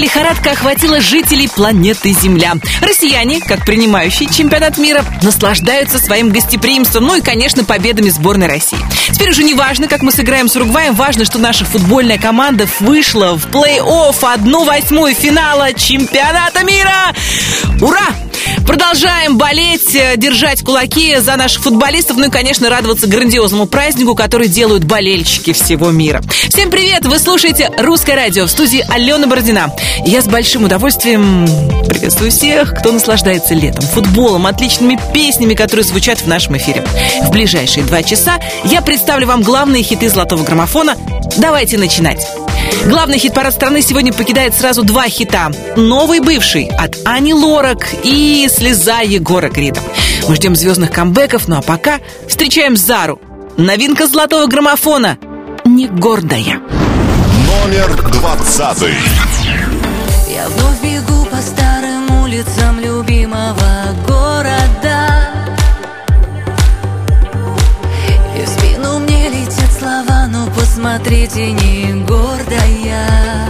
лихорадка охватила жителей планеты Земля. Россияне, как принимающие чемпионат мира, наслаждаются своим гостеприимством, ну и, конечно, победами сборной России. Теперь уже не важно, как мы сыграем с Уругваем, важно, что наша футбольная команда вышла в плей-офф 1/8 финала чемпионата мира. Ура! Продолжаем болеть, держать кулаки за наших футболистов, ну и, конечно, радоваться грандиозному празднику, который делают болельщики всего мира. Всем привет! Вы слушаете «Русское радио», в студии Алена Бородина. Я с большим удовольствием приветствую всех, кто наслаждается летом, футболом, отличными песнями, которые звучат в нашем эфире. В ближайшие 2 часа я представлю вам главные хиты золотого граммофона. Давайте начинать. Главный хит-парад страны сегодня покидает сразу 2 хита. «Новый бывший» от Ани Лорак и «Слеза» Егора Крида. Мы ждем звездных камбэков, ну а пока встречаем Зару. Новинка золотого граммофона «Не гордая». Номер 20. Я вновь бегу по старым улицам любимого города, и в спину мне летят слова: ну посмотрите, не гордая.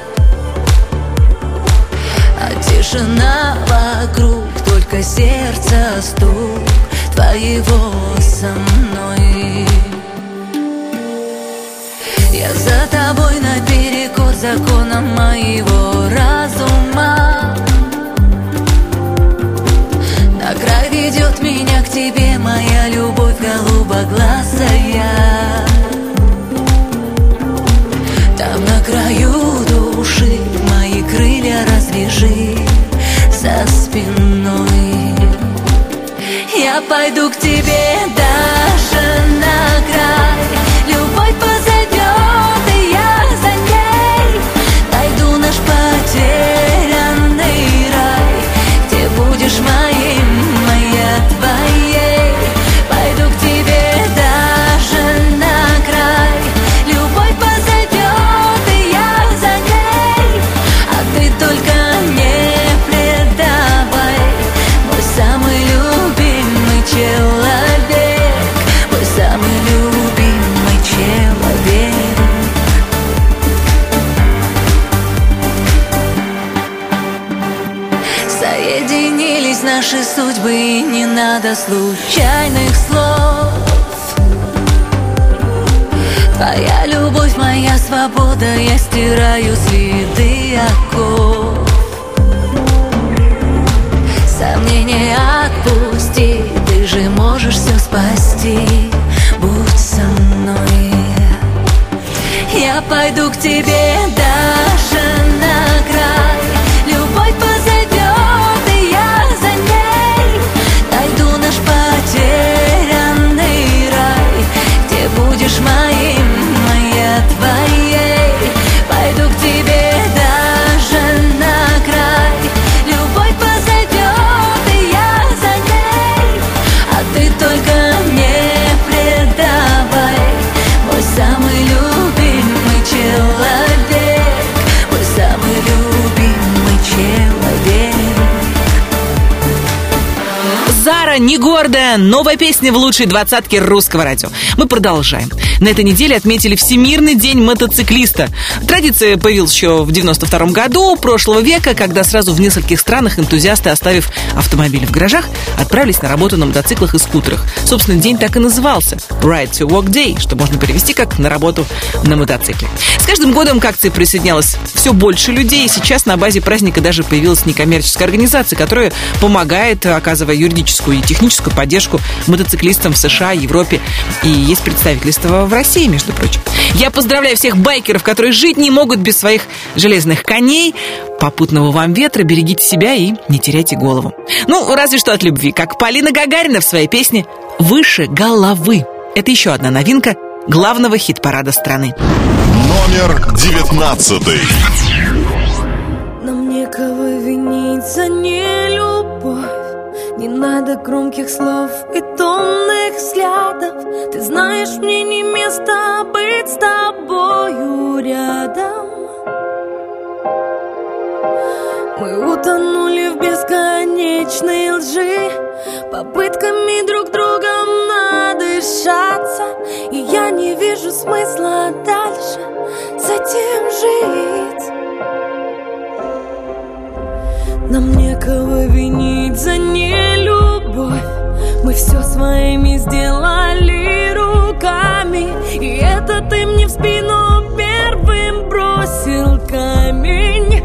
А тишина вокруг, только сердце стук твоего со мной. Я за тобой наперекор законам моего разума. На край ведет меня к тебе моя любовь голубоглазая. Там на краю души мои крылья развяжи за спиной. Я пойду к тебе даже на край. Любовь позовет, и я за ней. Найду наш потерянный рай, где будешь моим, моя твоей. Пойду к тебе даже на край. Любовь позовет, и я за ней. А ты только не предавай. Мой самый любимый человек, мой самый любимый человек. Соединились наши судьбы, и не надо случайных слов. Твоя любовь, моя свобода, я стираю следы оков. Сомнения отпусти, ты же можешь все спасти. Будь со мной. Я пойду к тебе даже на край. Любовь позовет, и я за ней. Найду наш потерянный рай, где будешь моим, моя твоей. Пойду к тебе даже на край. Любовь позовет, и я за ней. А ты только не предавай. Мой самый любимый человек, мой самый любимый человек. Зара, «Не гордая», новая песня в лучшей 20-ке русского радио. Мы продолжаем. На этой неделе отметили Всемирный день мотоциклиста. Традиция появилась еще в 92 году прошлого века, когда сразу в нескольких странах энтузиасты, оставив автомобили в гаражах, отправились на работу на мотоциклах и скутерах. Собственно, день так и назывался – Ride to Work Day, что можно перевести как «на работу на мотоцикле». С каждым годом к акции присоединялось все больше людей, и сейчас на базе праздника даже появилась некоммерческая организация, которая помогает, оказывая юридическую и техническую поддержку мотоциклистам в США, Европе, и есть представительство в России, между прочим. Я поздравляю всех байкеров, которые жить не могут без своих железных коней. Попутного вам ветра, берегите себя и не теряйте голову. Ну, разве что от любви, как Полина Гагарина в своей песне «Выше головы». Это еще одна новинка главного хит-парада страны. Номер 19. Нам некого винить за нелюбовь. Не надо громких слов и томных взглядов. Ты знаешь, мне не место быть с тобою рядом. Мы утонули в бесконечной лжи, попытками друг другом надышаться. И я не вижу смысла дальше с этим жить. Нам некого винить за нелюбовь. Мы все своими сделали руками, и это ты мне в спину первым бросил камень.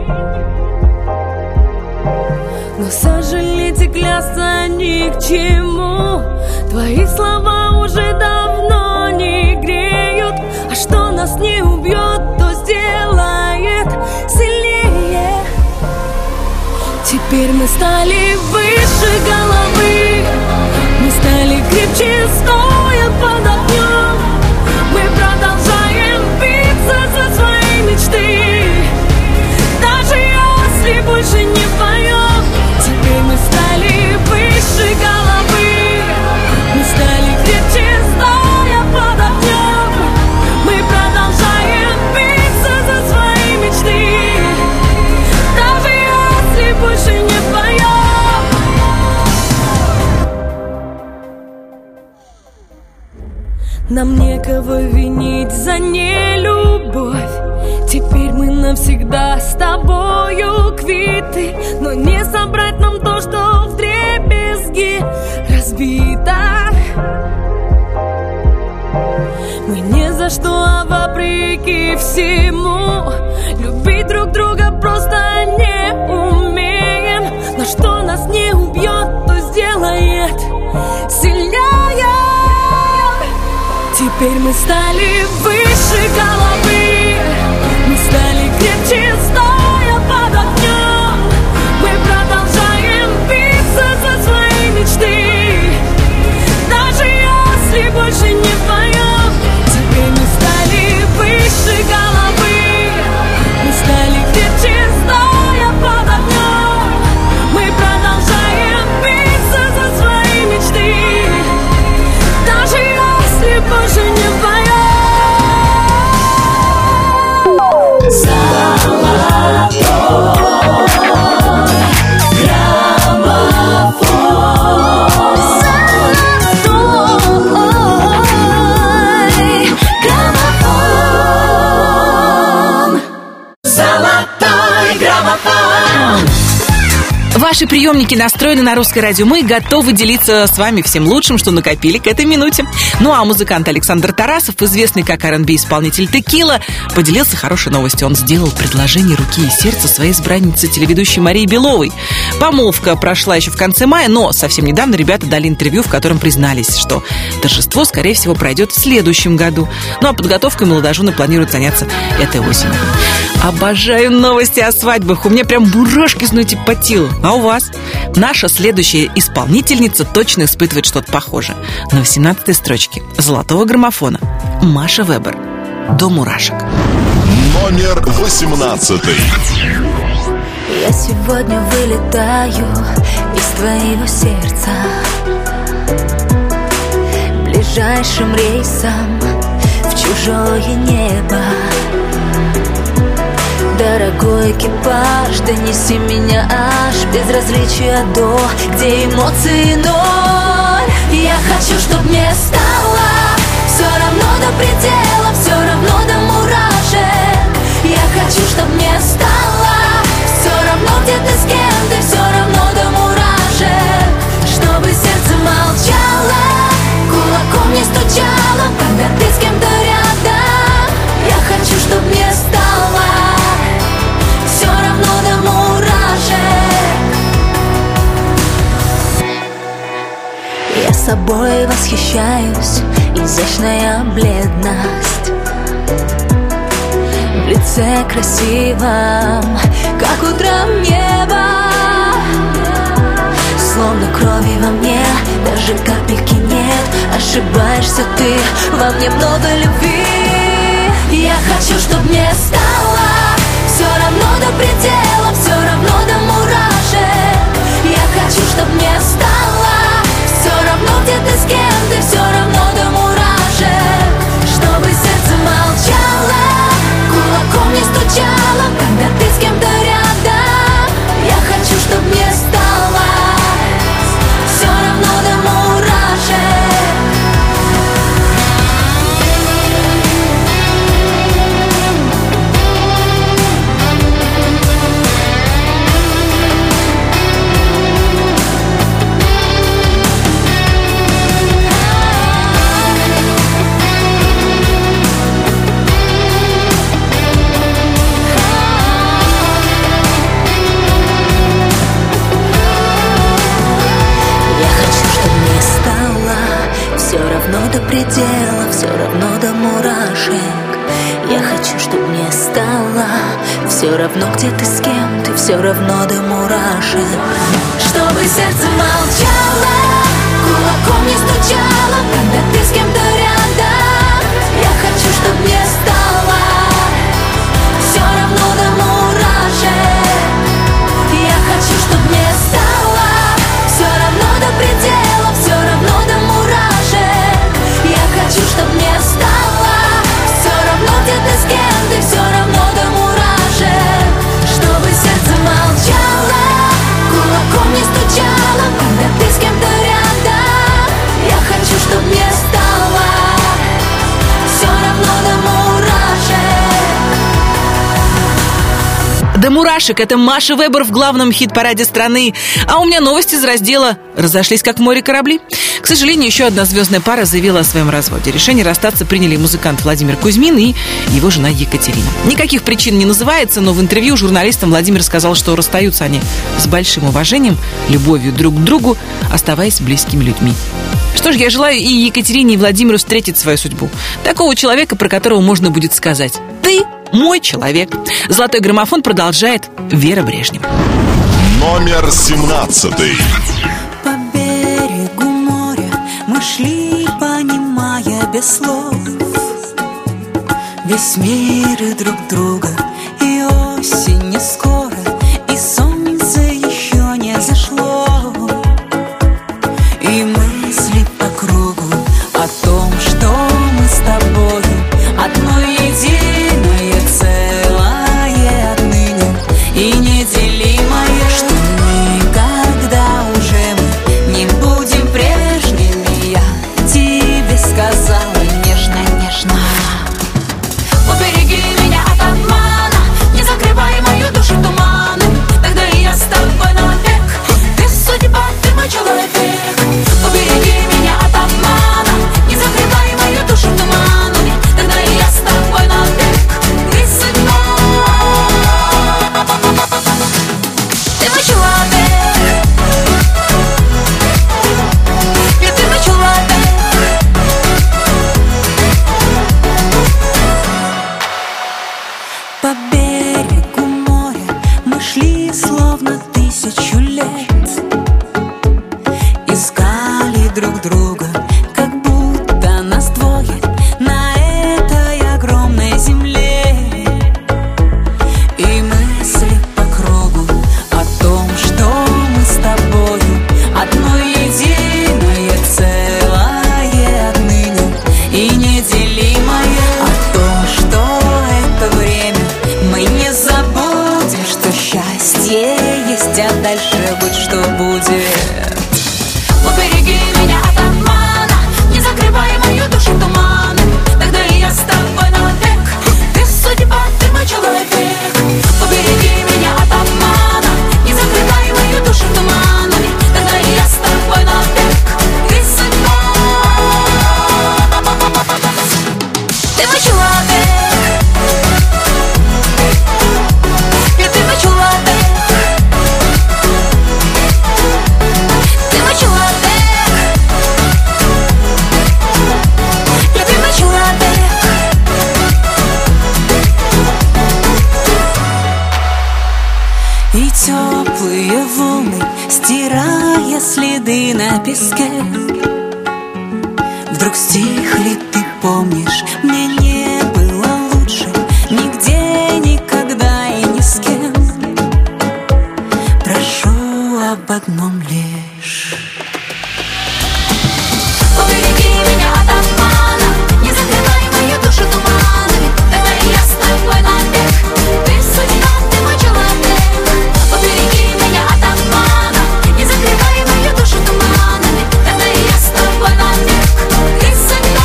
Но сожалеть и клясться ни к чему. Твои слова уже давно не греют, а что нас не убьет, то сделает сильнее. Теперь мы стали выше головы, мы стали крепче, стоя под огнем. Мы продолжаем биться за свои мечты, даже если больше не поем. Теперь мы стали выше головы, мы стали крепче, стоя под огнем. Мы продолжаем биться за свои мечты, даже если больше не поем. Нам некого винить за нелюбовь. Теперь мы навсегда с тобою квиты, но не собрать нам то, что вдребезги разбито. Мы ни за что, а вопреки всему любить друг друга просто не умеем. Но что нас не убьет, то сделает сильнее. Теперь мы стали выше головы, мы стали крепче, стоя под огнем. Мы продолжаем биться за свои мечты, даже если больше не поем. Теперь мы стали выше головы, мы стали крепче, стоя под огнем. Мы продолжаем биться за свои мечты, даже если больше не поем. Ваши приемники настроены на Русское радио. Мы готовы делиться с вами всем лучшим, что накопили к этой минуте. Ну а музыкант Александр Тарасов, известный как R&B исполнитель Текила, поделился хорошей новостью. Он сделал предложение руки и сердца своей избраннице, телеведущей Марии Беловой. Помолвка прошла еще в конце мая, но совсем недавно ребята дали интервью, в котором признались, что торжество, скорее всего, пройдет в следующем году. Ну а подготовкой молодожены планируют заняться этой осенью. Обожаю новости о свадьбах. У меня прям мурашки снуют по телу. А у вас? Наша следующая исполнительница точно испытывает что-то похожее. На 18-й строчке золотого граммофона Маша Вебер. До мурашек. Номер 18. Я сегодня вылетаю из твоего сердца ближайшим рейсом в чужое небо. Дорогой экипаж, донеси меня аж безразличия до, где эмоции ноль. Я хочу, чтоб мне стало все равно до предела, все равно до мурашек. Я хочу, чтоб мне стало все равно, где ты с кем, ты все равно до мурашек. Чтобы сердце молчало, кулаком не стучало, когда ты с кем-то рядом. Я хочу, чтоб мне стало все равно до мурашек. Я собой восхищаюсь, изящная бледность в лице красивом, как утром небо. Словно крови во мне, даже капельки нет. Ошибаешься ты, во мне много любви. Я хочу, чтоб мне стало все равно до предела, все равно до мурашек. Я хочу, чтоб мне стало все равно, где ты с кем, ты все равно до мурашек. Чтобы сердце молчало, кулаком не стучало, когда ты с кем-то рядом. Я хочу, чтоб мне стало все равно до мурашек. равно до предела, все равно до мурашек. Я хочу, чтоб мне стало все равно, где ты с кем, ты все равно до мурашек. Чтобы сердце молчало, кулаком не стучало, когда ты с кем-то рядом. Я хочу, чтоб мне стало все равно до мурашек. Я хочу, чтоб мне стало все равно до предела, все равно до мурашек. Я хочу, чтоб мне стало все равно, где ты с кем, ты все равно до мурашек. Чтобы сердце молчало, кулаком не стучало, когда ты с кем-то рядом. Я хочу, чтоб мне стало все равно до мурашек. До мурашек — это Маша Вебер в главном хит-параде страны. А у меня новости из раздела «Разошлись, как в море корабли». К сожалению, еще одна звездная пара заявила о своем разводе. Решение расстаться приняли музыкант Владимир Кузьмин и его жена Екатерина. Никаких причин не называется, но в интервью журналистам Владимир сказал, что расстаются они с большим уважением, любовью друг к другу, оставаясь близкими людьми. Что ж, я желаю и Екатерине, и Владимиру встретить свою судьбу. Такого человека, про которого можно будет сказать: «Ты мой человек». Золотой граммофон продолжает Вера Брежнева. Номер 17. По берегу моря мы шли, понимая без слов весь мир и друг друга. И осень не скоро, и солнце еще не зашло. И мысли по кругу о том, что мы с тобою одно единое целое отныне и неделимое, что никогда уже мы не будем прежними. Я тебе сказала нежно, нежно. Убереги меня от обмана, не закрывай мою душу туманом, тогда и я с тобой навек. Ты судьба, ты мой человек. Убереги меня от обмана, не закрывай мою душу туманом, тогда и я с тобой навек. Ты судьба, ты мой человек. И ты мой человек. По берегу моря мы шли словно 1000 лет, искали друг друга, как будто нас двое на этой огромной земле. И мысли по кругу о том, что мы с тобою одно единое целое отныне и неделимое. О том, что это время мы не забудем, что счастье есть, а дальше будь что будет. Убереги меня от обмана, не закрывай мою душу туманом, тогда и я с тобой навек. Ты судьба, ты мой человек. Убереги меня от обмана, не закрывай мою душу туманом, тогда и я с тобой навек. Ты судьба, ты мой человек. И ты мой человек. Ты мой человек. И ты мой человек. И теплые волны, стирая следы на песке, вдруг стихли, ты помнишь, мне не было лучше нигде, никогда и ни с кем. Прошу об одном лишь. Убереги меня от обмана, не закрывай мою душу туманами, тогда и я с тобой навек. Ты судьба, ты мой человек. Убереги меня от обмана, не закрывай мою душу туманами, тогда и я с тобой навек. Ты судьба,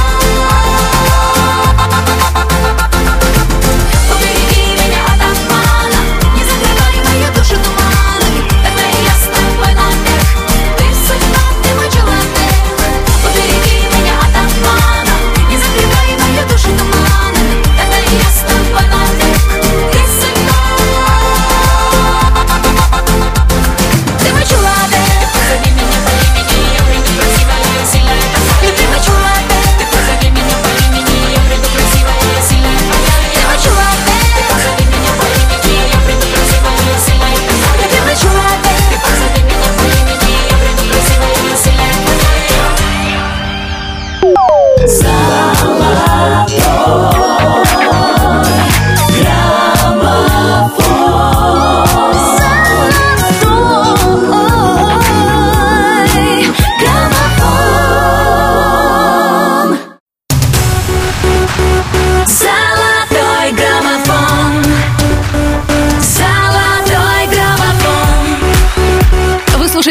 убереги меня от обмана, не закрывай мою душу туманами, тогда и я с тобой навек.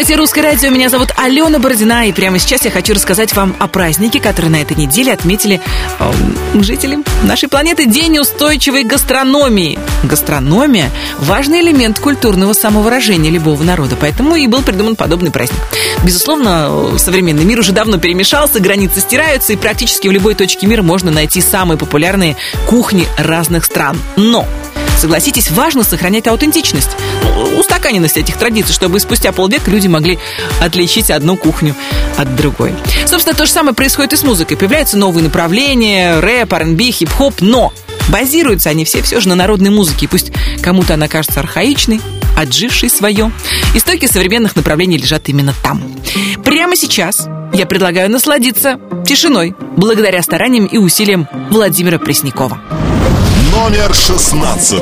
слушаете «Русское радио». Меня зовут Алена Бородина. И прямо сейчас я хочу рассказать вам о празднике, который на этой неделе отметили жители нашей планеты. День устойчивой гастрономии. Гастрономия – важный элемент культурного самовыражения любого народа. Поэтому и был придуман подобный праздник. Безусловно, современный мир уже давно перемешался, границы стираются, и практически в любой точке мира можно найти самые популярные кухни разных стран. Но... согласитесь, важно сохранять аутентичность, устаканенность этих традиций, чтобы спустя полвека люди могли отличить одну кухню от другой. Собственно, то же самое происходит и с музыкой. Появляются новые направления, рэп, R&B, хип-хоп, но базируются они все же на народной музыке. Пусть кому-то она кажется архаичной, отжившей свое. Истоки современных направлений лежат именно там. Прямо сейчас я предлагаю насладиться тишиной, благодаря стараниям и усилиям Владимира Преснякова. Номер 16.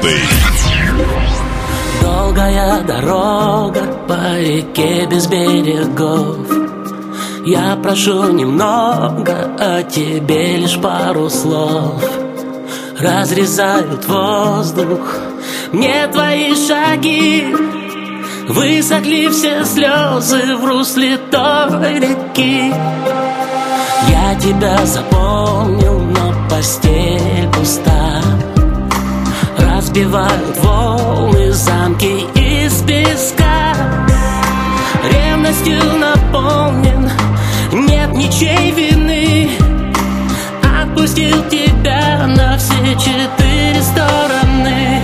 Долгая дорога по реке без берегов. Я прошу немного, а тебе лишь пару слов. Разрезают воздух мне твои шаги. Высохли все слезы в русле той реки. Я тебя запомнил, но постель пуста. Разбивают волны замки из песка. Ревностью наполнен, нет ничьей вины. Отпустил тебя на все 4 стороны.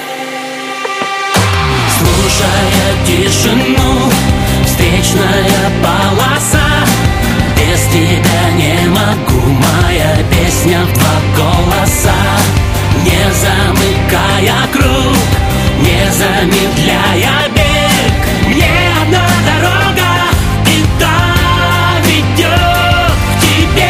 Слушая тишину, встречная полоса. Без тебя не могу, моя песня в 2 голоса. Не замыкая круг, не замедляя бег. Мне одна дорога, и та ведет к тебе.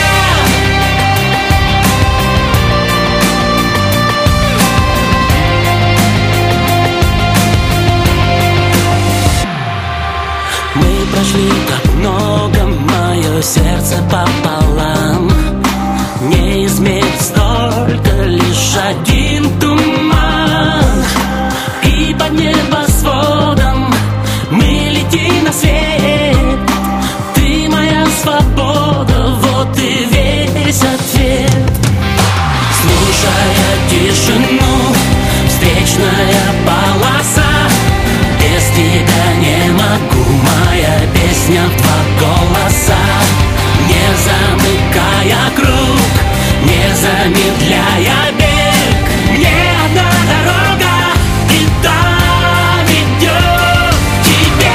Мы прошли так много, мое сердце пополам. Не измерить столько, лишь один туман. И под небосводом мы летим на свет. Ты моя свобода, вот и весь ответ. Слушая тишину, встречная полоса. Без тебя не могу, моя песня в 2 голоса. Не замыкая круг, не замедляя бег. Мне одна дорога, и та ведет к тебе.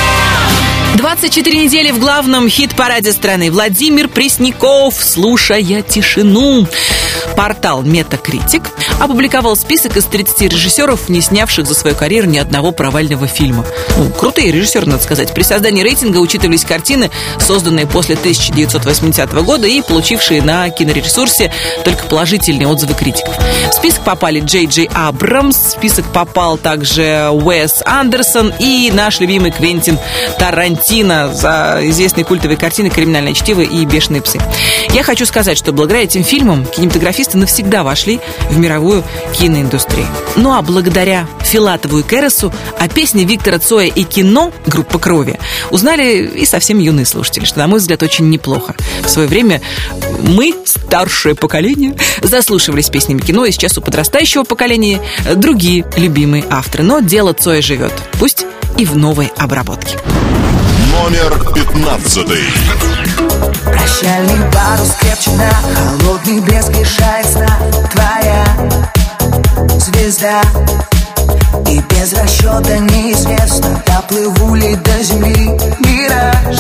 24 недели в главном хит-параде страны. Владимир Пресняков, слушая тишину. Портал Metacritic опубликовал список из 30 режиссеров, не снявших за свою карьеру ни одного провального фильма. Крутые режиссеры, надо сказать. При создании рейтинга учитывались картины, созданные после 1980 года и получившие на киноресурсе только положительные отзывы критиков. В список попали Джей Джей Абрамс, в список попал также Уэс Андерсон и наш любимый Квентин Тарантино за известные культовые картины «Криминальное чтиво» и «Бешеные псы». Я хочу сказать, что благодаря этим фильмам кинематографисты навсегда вошли в мировую киноиндустрию. Ну а благодаря Филатову и Кересу о песне Виктора Цоя и кино «Группа крови» узнали и совсем юные слушатели, что, на мой взгляд, очень неплохо. В свое время мы, старшее поколение, заслушивались песнями кино, и сейчас у подрастающего поколения другие любимые авторы. Но дело Цоя живет, пусть и в новой обработке. Номер 15. Прощальный парус крепче на холодный блеск лишает сна. Твоя звезда, и без расчета неизвестно, доплыву ли до земли. Мираж,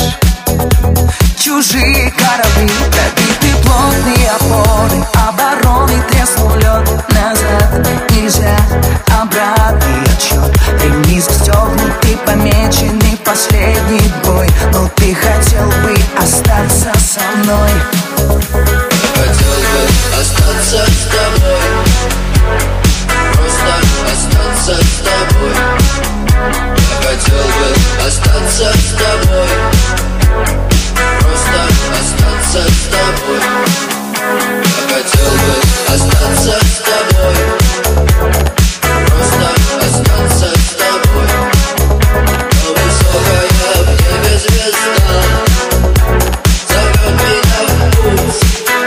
чужие корабли, пробиты плотные опоры, обороны треснул лед. Назад нельзя, обратный отсчет. Ремни застегнуты, помеченный последний бой. Но ты хотел бы остаться со мной. Хотел бы остаться с тобой. Просто остаться с тобой. Я хотел бы остаться с тобой. Просто остаться с тобой. звезда зовет меня в путь.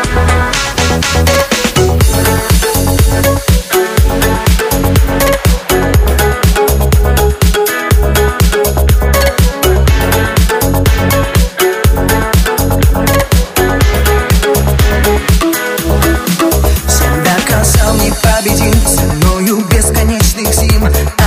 Победим ценою бесконечных зим.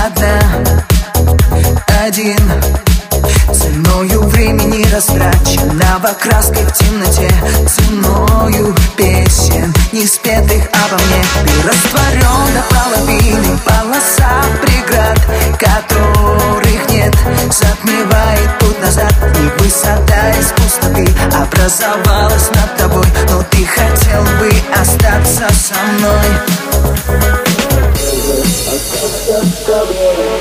Один ценою времени растраченного краской в темноте, ценою песен неспетых обо мне. Ты растворен до половины, полоса преград, которых нет, затмевает путь назад. И высота из пустоты образовалась над тобой, но ты хотел бы остаться со мной. Остаться с тобой,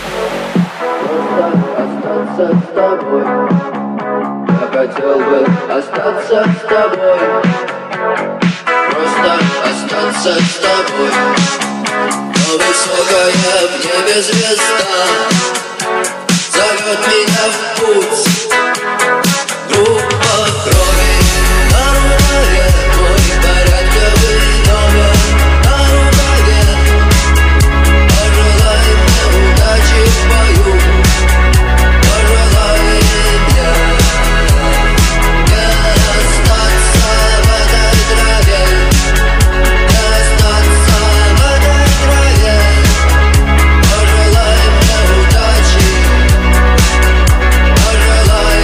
просто остаться с тобой. Я хотел бы остаться с тобой, просто остаться с тобой. Но высокая в небе звезда зовет меня в путь. Группа крови на рукаве, мой порядковый номер на рукаве. Пожелай мне удачи в бою, пожелай мне не остаться в этой траве, не остаться в этой траве. Пожелай мне удачи, пожелай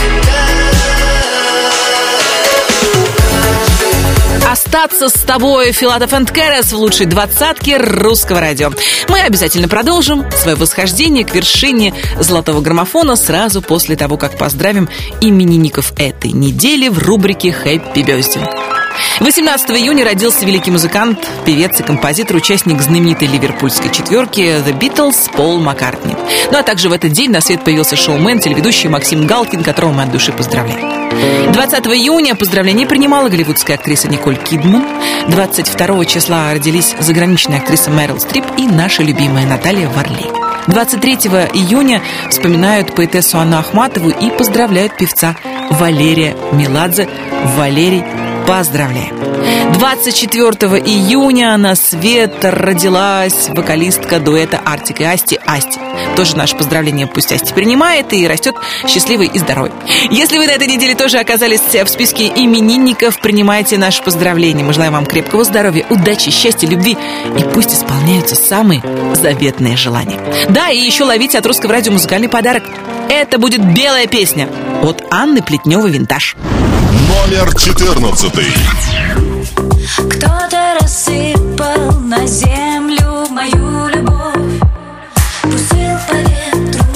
мне Остаться с тобой, Филатов энд Кэрос в лучшей двадцатке русского радио. Мы обязательно продолжим свое восхождение к вершине золотого граммофона сразу после того, как поздравим именинников этой недели в рубрике «Хэппи Бёзди». 18 июня родился великий музыкант, певец и композитор, участник знаменитой ливерпульской четверки The Beatles Пол Маккартни. Ну а также в этот день на свет появился шоумен, телеведущий Максим Галкин, которого мы от души поздравляем. 20 июня поздравления принимала голливудская актриса Николь Кидман. 22 числа родились заграничная актриса Мэрил Стрип и наша любимая Наталья Варлей. 23 июня вспоминают поэтессу Анну Ахматову и поздравляют певца Валерия Меладзе. Валерий, поздравляем! 24 июня на свет родилась вокалистка дуэта Артик и Асти Асти. Тоже наше поздравление пусть Асти принимает и растет счастливой и здоровой. Если вы на этой неделе тоже оказались в списке именинников, принимайте наши поздравления. Мы желаем вам крепкого здоровья, удачи, счастья, любви и пусть исполняются самые заветные желания. Да, и еще ловите от Русского радио музыкальный подарок. Это будет белая песня от Анны Плетневой «Винтаж». Номер 14. Кто-то рассыпал на землю мою любовь, пустил по ветру.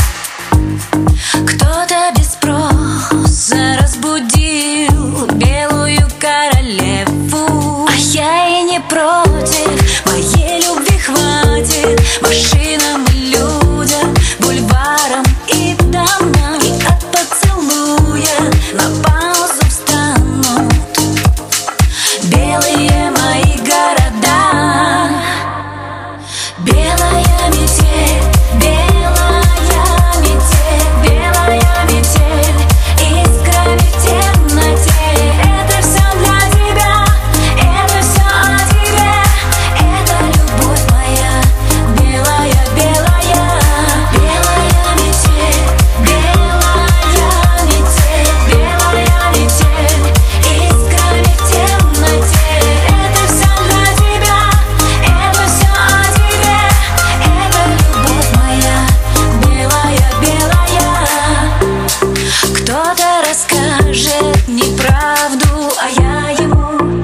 Кто-то без спроса разбудил белую королеву. А я и не против, моей любви хватит машинам и людям, бульварам и домам. И от поцелуя на паузу встанут белые мои города. Белая метель, белая метель, белая метель, искра в темноте. Это все для тебя, это все о тебе, это любовь моя. Белая, белая, белая метель, белая метель, белая метель, искра в темноте. Это все для тебя, это все о тебе, это любовь моя. Белая, белая. Кто-то расскажет неправду, а я ему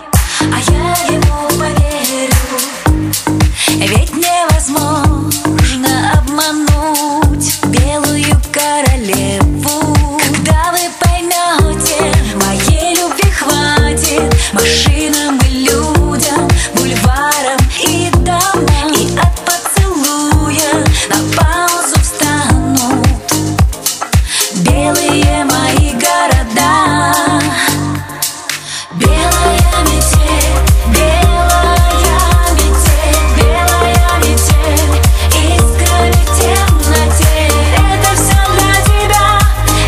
поверю. Ведь невозможно обмануть белую королеву. Когда вы поймете, моей любви хватит машинам и людям, бульварам и домам. И от поцелуя на паузу встанут белые мои города. Белая метель, белая метель, белая метель, искра в темноте. Это все для тебя,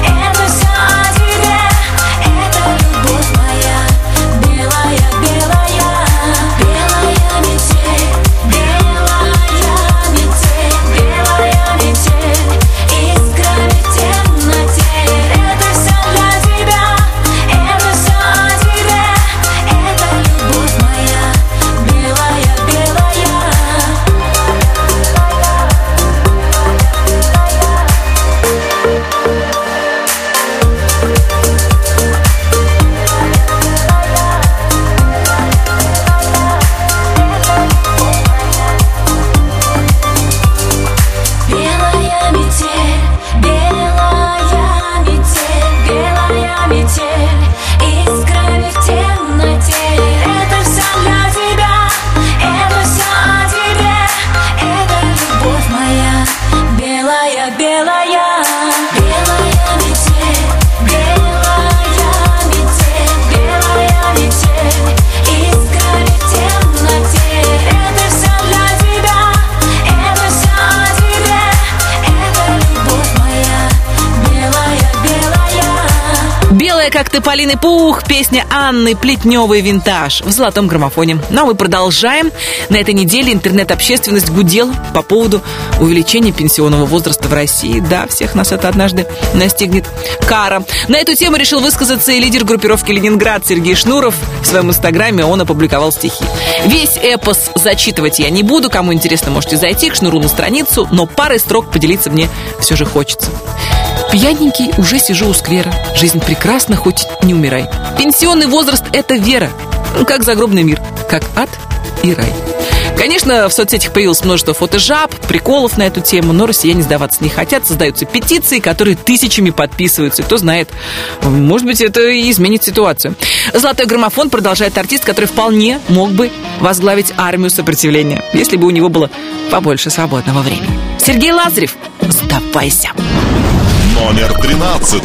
Белая, как тополиный пух, песня Анны Плетневой «Винтаж» в золотом граммофоне. Ну а мы продолжаем. На этой неделе интернет-общественность гудела по поводу увеличения пенсионного возраста в России. Да, всех нас это однажды настигнет кара. На эту тему решил высказаться и лидер группировки «Ленинград» Сергей Шнуров. В своем инстаграме он опубликовал стихи. Весь эпос зачитывать я не буду. Кому интересно, можете зайти к Шнуру на страницу, но парой строк поделиться мне все же хочется. Пьяненький уже сижу у сквера. Жизнь прекрасна, хоть не умирай. Пенсионный возраст — это вера. Как загробный мир, как ад и рай. Конечно, в соцсетях появилось множество фотожаб, приколов на эту тему, но россияне сдаваться не хотят. Создаются петиции, которые тысячами подписываются. И кто знает, может быть, это и изменит ситуацию. «Золотой граммофон» продолжает артист, который вполне мог бы возглавить армию сопротивления, если бы у него было побольше свободного времени. Сергей Лазарев, «Сдавайся». Номер 13.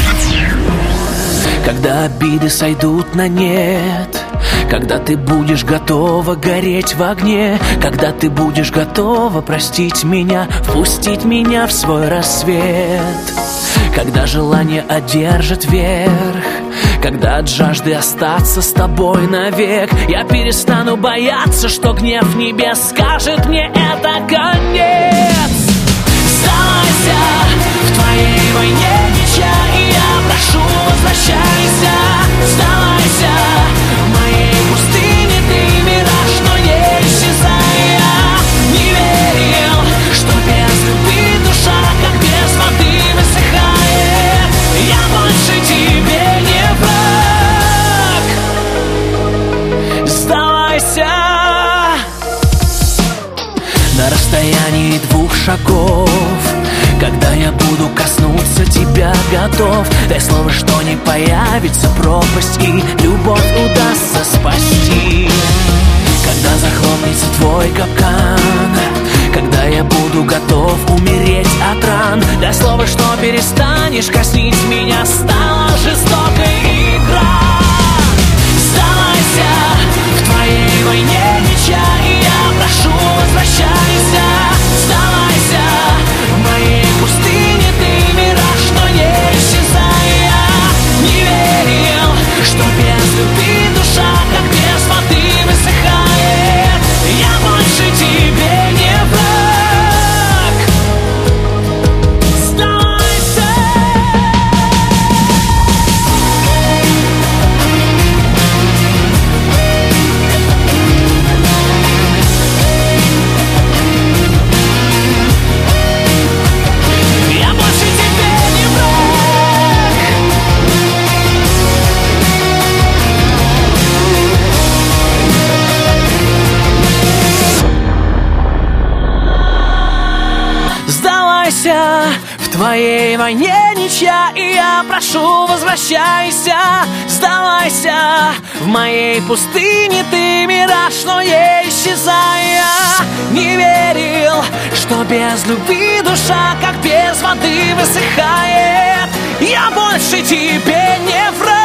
Когда обиды сойдут на нет, когда ты будешь готова гореть в огне, когда ты будешь готова простить меня, впустить меня в свой рассвет, когда желание одержит верх, когда от жажды остаться с тобой навек, я перестану бояться, что гнев небес скажет мне это конец. Сдавайся, в твоей войне ничья, и я прошу, возвращайся. Сдавайся, в моей пустыне ты мираж, но не исчезай. Я не верил, что без любви душа, как без воды, высыхает. Я больше тебе не враг. Сдавайся. На расстоянии 2 шагов, когда я буду коснуться тебя готов, дай слово, что не появится пропасть, и любовь удастся спасти. Когда захлопнется твой капкан, когда я буду готов умереть от ран, дай слово, что перестанешь коснить меня, стала жестокой игра. Сдавайся, в твоей войне ничья, и я прошу, возвращайся. Сдавайся, в моей пустыне ты мираж, но не исчезай. Я не верил, что без любви душа, как без воды, высыхает. Я больше тебе не враг. Сдавайся. Я больше тебе не враг. Сдавайся, в твоей войне ничья, и я прошу, возвращайся. Сдавайся, в моей пустыне ты мираж, но не исчезай. Я не верил, что без любви душа, как без воды, высыхает. Я больше тебе не враг.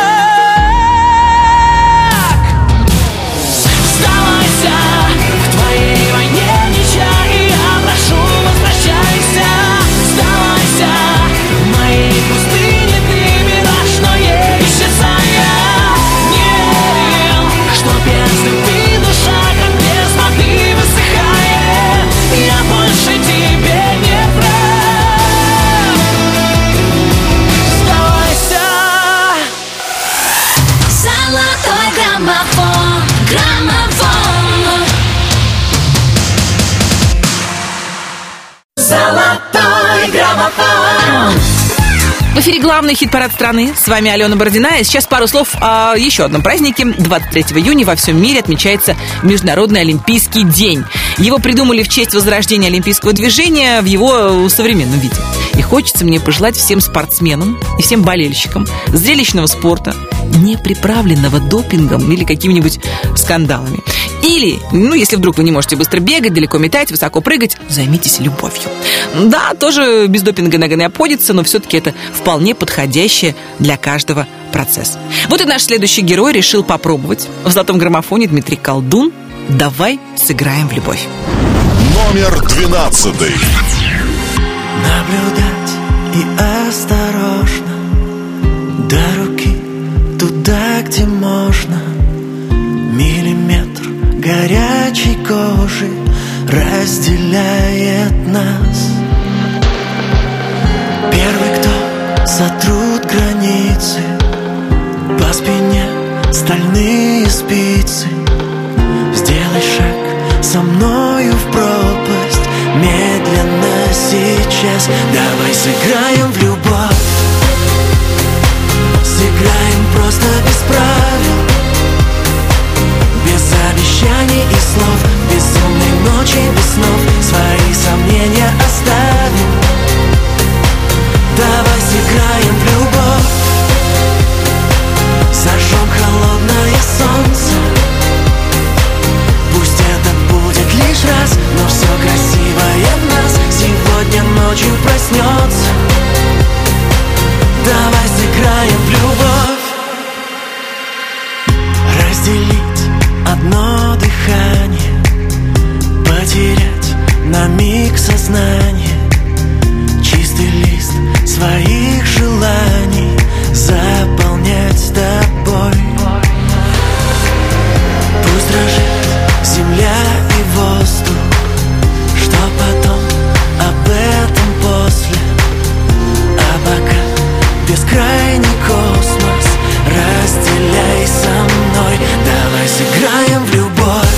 Сдавайся, в твоей войне ничья, и я прошу, возвращайся. Сдавайся, в моей пустыне ты мираж, но не исчезай. Я не верил, что без любви душа, как без воды, высыхает. Я больше тебе не враг. Сдавайся. Золотой граммофон, граммофон. Золотой граммофон. В эфире главный хит-парад страны. С вами Алена Бородина. И сейчас пару слов о еще одном празднике. 23 июня во всем мире отмечается Международный Олимпийский день. Его придумали в честь возрождения олимпийского движения в его современном виде. И хочется мне пожелать всем спортсменам и всем болельщикам зрелищного спорта, не приправленного допингом или какими-нибудь скандалами. Или, если вдруг вы не можете быстро бегать, далеко метать, высоко прыгать, займитесь любовью. Да, тоже без допинга нога не обходится, но все-таки это вполне подходящее для каждого процесс. Вот и наш следующий герой решил попробовать. В золотом граммофоне Дмитрий Колдун. Давай сыграем в любовь. Номер 12. Наблюдать и осторожно до руки разделяет нас. Первый, кто сотрут границы, по спине стальные спицы. Сделай шаг со мною в пропасть, медленно сейчас. Давай сыграем в любовь, сыграем просто без правил, без обещаний и слов, безумной ночи, без снов. Свои сомнения оставим. Давай сыграем в любовь, зажжем холодное солнце. Пусть это будет лишь раз, но все красивое в нас сегодня ночью проснется. Давай сыграем в любовь. Разделить одно дыхание, потерять на миг сознание. Чистый лист своих желаний заполнять с тобой. Пусть дрожит земля и воздух, что потом об этом после. А пока бескрайний космос разделяй со мной. Давай сыграем в любовь,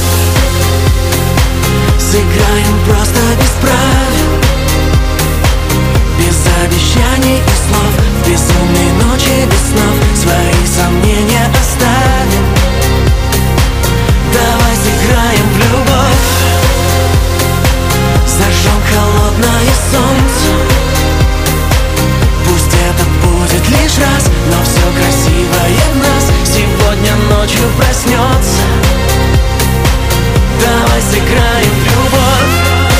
сыграем просто без правил, без обещаний и слов, в безумной ночи без снов. Свои сомнения оставим. Давай сыграем в любовь, зажжем холодное солнце. Пусть это будет лишь раз, но все красивое в нас сегодня ночью проснется. Давай сыграем в любовь.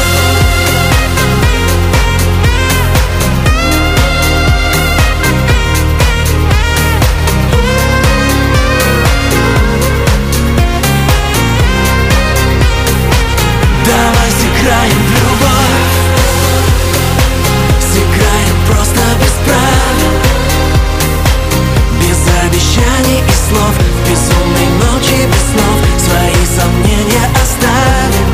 Давай сыграем в любовь, сыграем просто без правил, без обещаний и слов, в безумной ночи без снов. Свои сомнения оставим.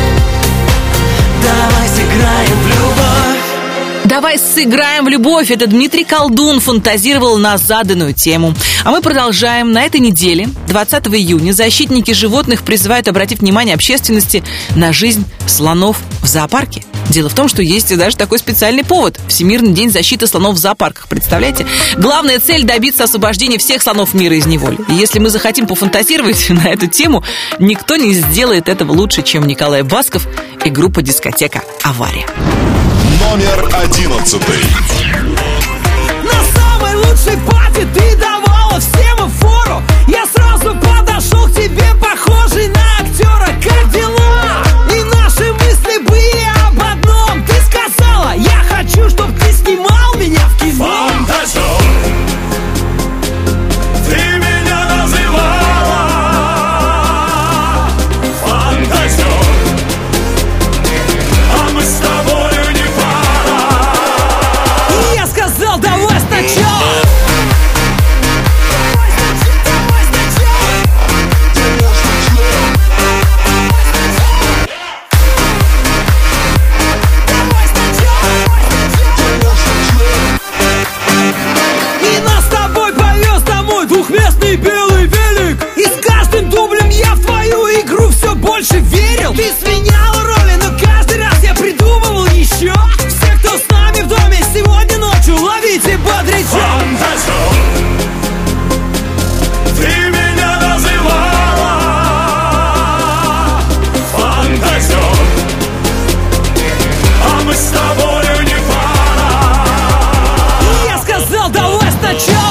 Давай сыграем в любовь. Давай сыграем в любовь. Это Дмитрий Колдун фантазировал на заданную тему. А мы продолжаем. На этой неделе, 20 июня, защитники животных призывают обратить внимание общественности на жизнь слонов в зоопарке. Дело в том, что есть даже такой специальный повод – Всемирный день защиты слонов в зоопарках. Представляете? Главная цель – добиться освобождения всех слонов мира из неволи. И если мы захотим пофантазировать на эту тему, никто не сделает этого лучше, чем Николай Басков и группа «Дискотека Авария». Номер 11. На самой лучшей пати ты давала всем фору. Я сразу подошел к тебе, похожий на актера. Как дела? И наши мысли были об одном. Ты сказала, я хочу, чтоб ты снимал меня в кино. Фантазер, ты меня называла фантазер, а мы с тобою не пара. И я сказал, давай сначала. Двухместный белый велик. И с каждым дублем я в твою игру все больше верил. Ты сменяла роли, но каждый раз я придумывал еще. Все, кто с нами в доме сегодня ночью, ловите бодрячок. Фантазер, ты меня называла фантазер, а мы с тобою не пара. И я сказал, давай сначала.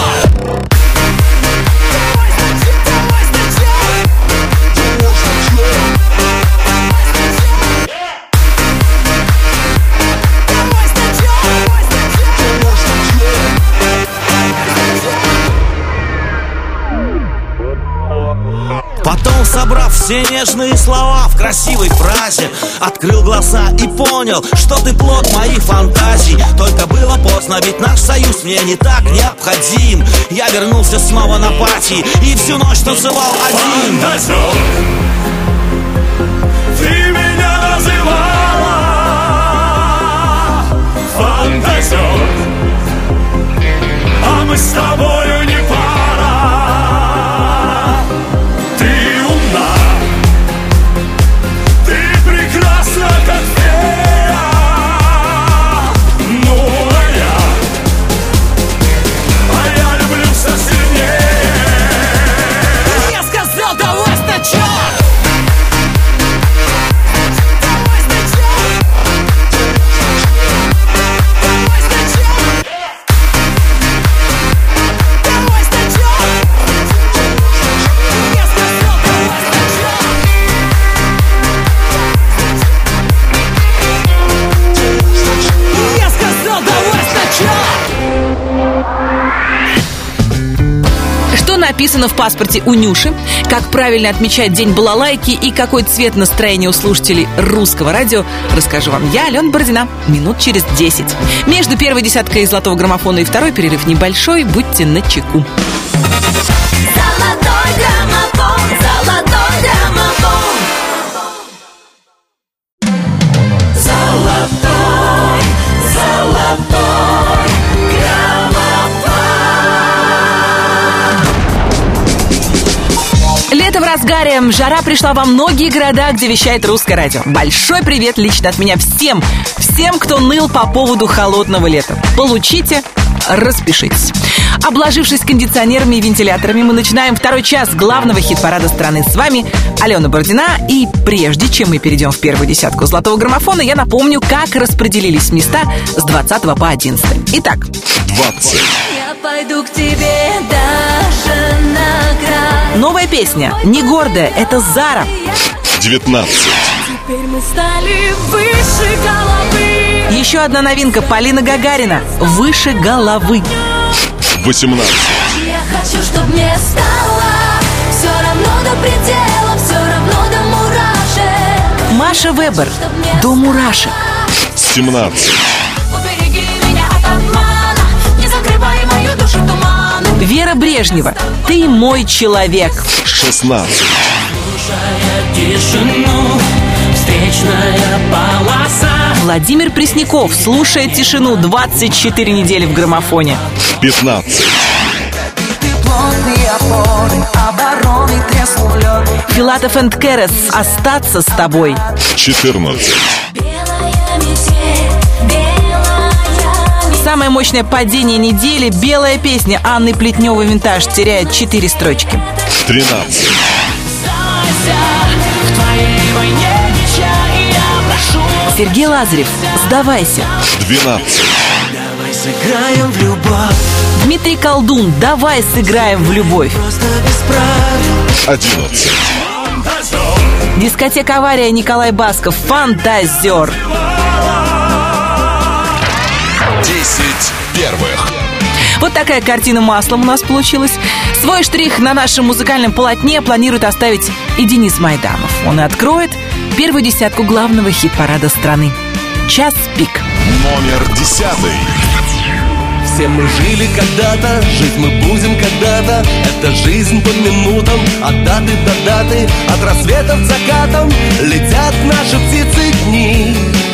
Потом, собрав все нежные слова в красивой фразе, открыл глаза и понял, что ты плод моих фантазий. Только было поздно, ведь наш союз мне не так необходим. Я вернулся снова на пати и всю ночь танцевал один. Фантазер, ты меня называла фантазер. А мы с тобою не пара. Ты умна, ты прекрасна, как фея. Ну, а я люблю все сильнее. Я сказал, давай сначала. Что написано в паспорте у Нюши, как правильно отмечать день балалайки и какой цвет настроения у слушателей русского радио, расскажу вам я, Алена Бородина, минут через 10. Между первой десяткой золотого граммофона и второй перерыв небольшой, будьте начеку. Золотой граммофон, золотой граммофон. Золотой, золотой граммофон. Лето в разгаре, жара пришла во многие города, где вещает русское радио. Большой привет лично от меня всем, кто ныл по поводу холодного лета. Получите, распишитесь. Обложившись кондиционерами и вентиляторами, мы начинаем второй час главного хит-парада страны. С вами Алена Бородина. И прежде чем мы перейдем в первую десятку золотого граммофона, я напомню, как распределились места с 20 по 11. Итак, 20. Я пойду к тебе даже на край. новая песня «Не гордая» — это Зара. 19. Теперь мы стали выше головы. Еще одна новинка Полина Гагарина «Выше головы». 18. Я хочу, чтоб мне стало все равно до предела, все равно до мурашек. Маша Вебер «До мурашек». 17. Убереги меня от обмана, не закрывай мою душу туманом. Вера Брежнева «Ты мой человек». 16. Тишину, встречная полоса. Владимир Пресняков «Слушая тишину» 24 недели в граммофоне. 15. Плотные опоры, обороны треснул лед. Филатов энд Керес «Остаться с тобой». 14. Белая метель, белая метель. Самое мощное падение недели «Белая песня» Анны Плетневой «Винтаж» теряет 4 строчки. 13. В твоей войне я прошу. Сергей Лазарев «Сдавайся». 12. Давай сыграем в любовь. Дмитрий Колдун «Давай сыграем в любовь». Просто без правил. 11. Дискотека «Авария» Николай Басков «Фантазер». 10 первых. Вот такая картина маслом у нас получилась. Свой штрих на нашем музыкальном полотне планирует оставить и Денис Майданов. Он и откроет первую десятку главного хит-парада страны. Час пик. Номер 10. Все мы жили когда-то, жить мы будем когда-то. Это жизнь по минутам, от даты до даты. От рассвета к закатам летят наши птицы дни.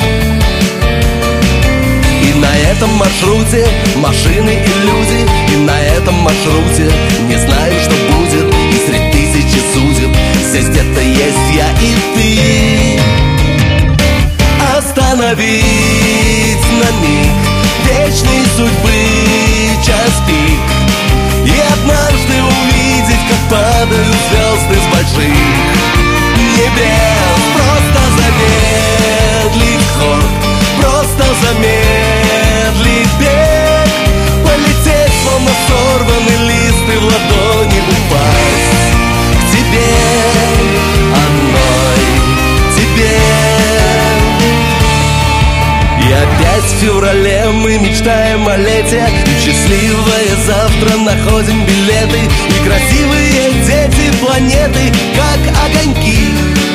И на этом маршруте машины и люди. И на этом маршруте не знаю, что будет. И среди тысячи судеб здесь где-то есть я и ты. Остановить на миг вечной судьбы час пик. И однажды увидеть, как падают звезды с больших небес. Просто замедлить ход, просто замедлить бег. Полететь, словно сорванный лист, и в ладони упасть к тебе, одной тебе. И опять в феврале мы мечтаем о лете. И счастливое завтра находим билеты. И красивые дети планеты, как огоньки.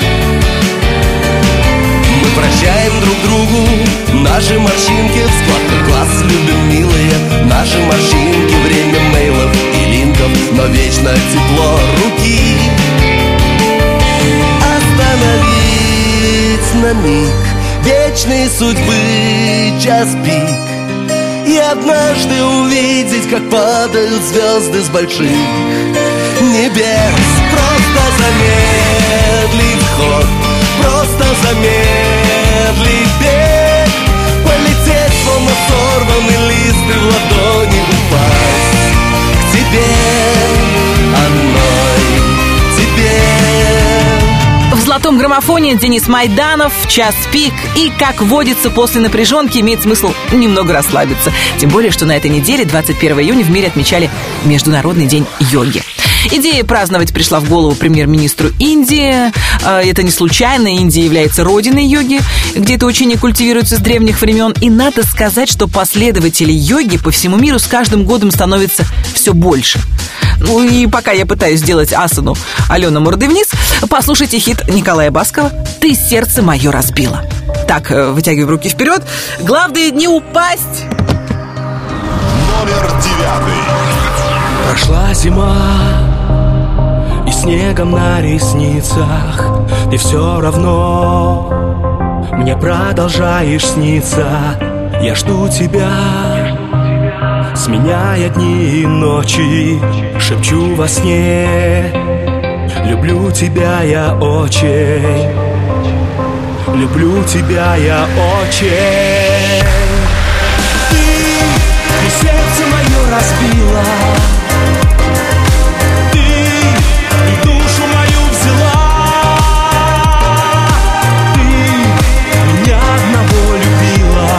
Мы прощаем друг другу наши морщинки. В складках глаз любим милые наши морщинки. Время мейлов и линков, но вечно тепло руки. Остановить на миг бесконечной судьбы час пик. И однажды увидеть, как падают звезды с больших небес. Просто замедлить ход, просто замедлить бег, полететь, словно сорванный лист, и в ладони упасть к тебе, одной тебе. В золотом граммофоне Денис Майданов, час пик. И, как водится, после напряженки имеет смысл немного расслабиться. Тем более, что на этой неделе, 21 июня, в мире отмечали Международный день йоги. Идея праздновать пришла в голову премьер-министру Индии. Это не случайно. Индия является родиной йоги, где это учение культивируется с древних времен. И надо сказать, что последователей йоги по всему миру с каждым годом становится все больше. Ну и пока я пытаюсь сделать асану Алена мордой вниз, послушайте хит Николая Баскова «Ты сердце мое разбила». Так, вытягивай руки вперед. Главное не упасть. Номер 9. Прошла зима, и снегом на ресницах ты все равно мне продолжаешь сниться. Я жду тебя, сменяя дни и ночи, шепчу во сне: люблю тебя я очень, люблю тебя я очень. Ты сердце мое разбила, ты душу мою взяла, ты меня одного любила,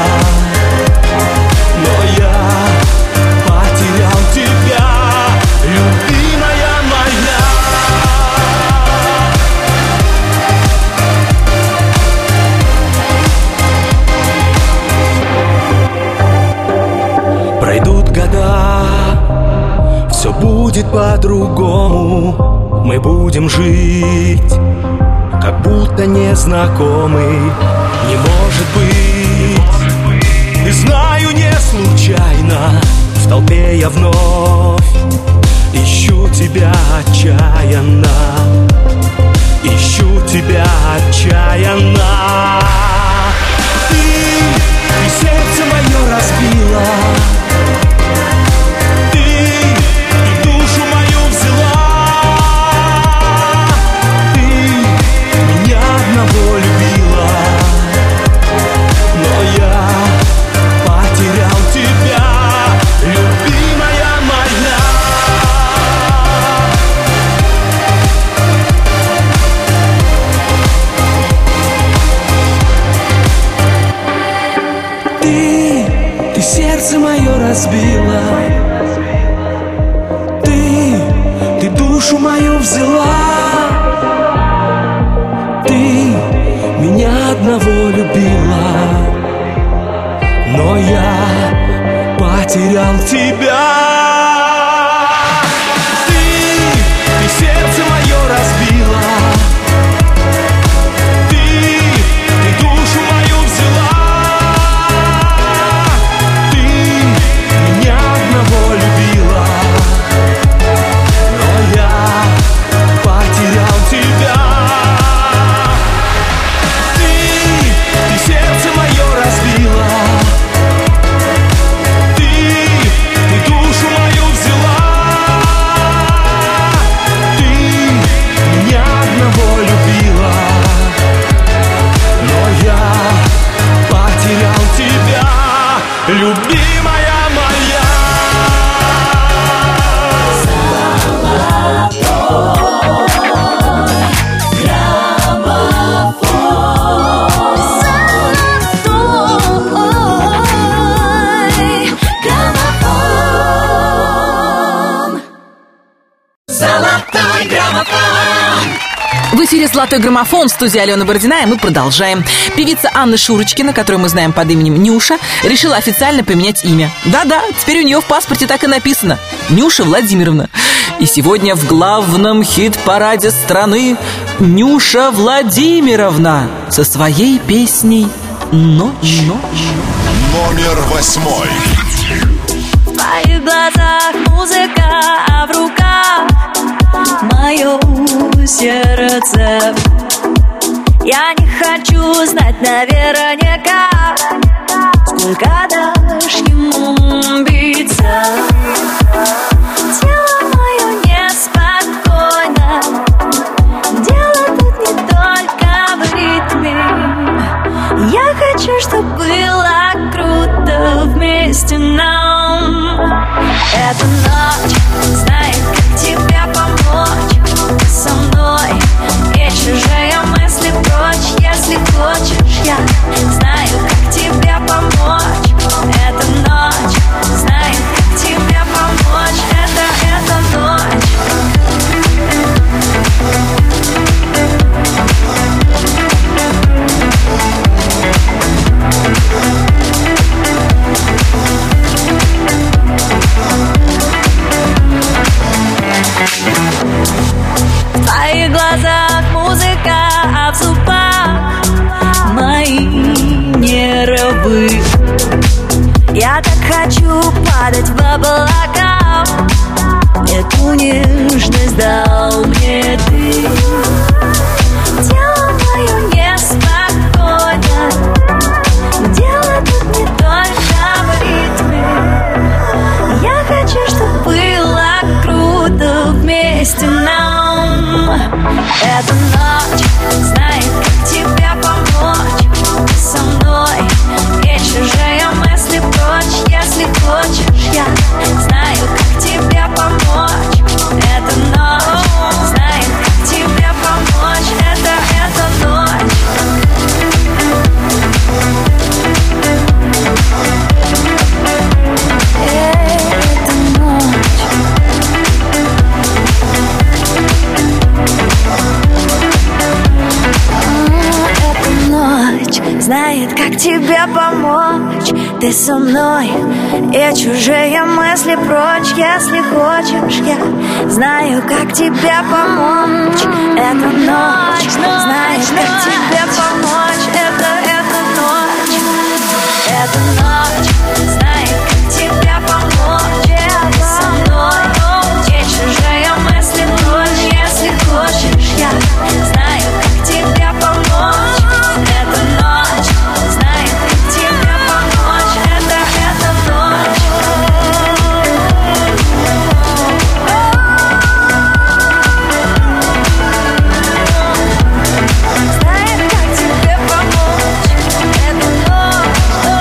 но я потерял тебя, любимая моя. Пройдут года, все будет по-другому. Мы будем жить, как будто незнакомый. Не может быть, и знаю, не случайно в толпе я вновь ищу тебя отчаянно, ищу тебя отчаянно. Ты сердце мое разбила, ты душу мою взяла, ты меня одного любила, но я потерял тебя, любимая моя. Ты сердце мое разбила, ты душу мою взяла, ты меня одного любила, но я потерял тебя. Ты сердце мое разбила, ты душу мою взяла, ты меня одного любила, но я потерял тебя. Ты сердце мое разбила, ты душу мою взяла, ты меня одного любила, но я потерял тебя, любимая моя. Золотой граммофон. В эфире «Золотой граммофон», в студии Алена Бородина, и мы продолжаем. Певица Анна Шурочкина, которую мы знаем под именем Нюша, решила официально поменять имя. Да-да, теперь у нее в паспорте так и написано – Нюша Владимировна. И сегодня в главном хит-параде страны Нюша Владимировна со своей песней «Ночь». Номер 8. В твоих глазах музыка, а в руках мое сердце. Я не хочу знать наверняка, сколько дашь ему биться. Тело мое неспокойно, дело тут не только в ритме. Я хочу, чтоб было круто вместе нам. Эта ночь знает, как тебе помочь. Ты со мной, и чужие мысли прочь. Если хочешь, я знаю, как тебе помочь. Эта ночь знает, как тебе помочь. Эта ночь. В твоих глазах музыка, а в зубах мои нервы. Я так хочу падать в облака. Эту нежность дал мне ты. Тело мое неспокойно, дело тут не только в ритме. Я хочу, чтоб было круто вместе нам. Эта ночь знает, как тебе помочь. Ты со мной, и чужие мысли прочь. Если хочешь, я знаю, как тебе помочь. Эта ночь знает, как тебе помочь. Эта ночь. Знает, как тебе помочь. Ты со мной, и чужие мысли прочь. Если хочешь, я знаю, как тебе помочь. Эта ночь знает, как тебе помочь. Эта ночь. Эта ночь знает, как тебе помочь. Ты со мной, и чужие мысли прочь. Если хочешь, я знаю, как тебе помочь. Эта ночь знает, как тебе помочь. Эта ночь. Знает, как тебе помочь. Эта ночь.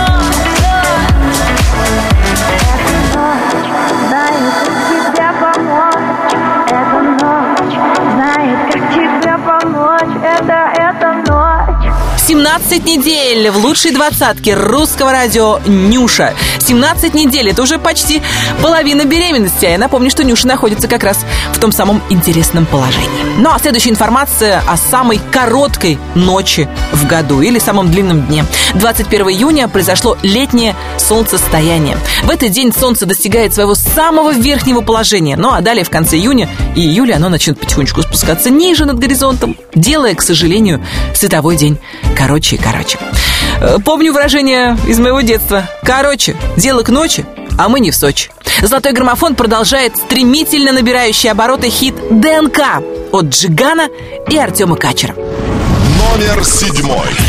Эта ночь знает, как тебе помочь. Эта ночь. 17 недель в лучшей двадцатке русского радио Нюша. 17 недель, это уже почти половина беременности. А я напомню, что Нюша находится как раз в том самом интересном положении. Ну а следующая информация о самой короткой ночи в году или самом длинном дне. 21 июня произошло летнее солнцестояние. В этот день солнце достигает своего самого верхнего положения. Ну а далее в конце июня и июля оно начнет потихонечку спускаться ниже над горизонтом, делая, к сожалению, световой день короче и короче. Помню выражение из моего детства. Короче, дело к ночи, а мы не в Сочи. Золотой граммофон продолжает стремительно набирающий обороты хит «ДНК» от Джигана и Артема Качера. Номер 7.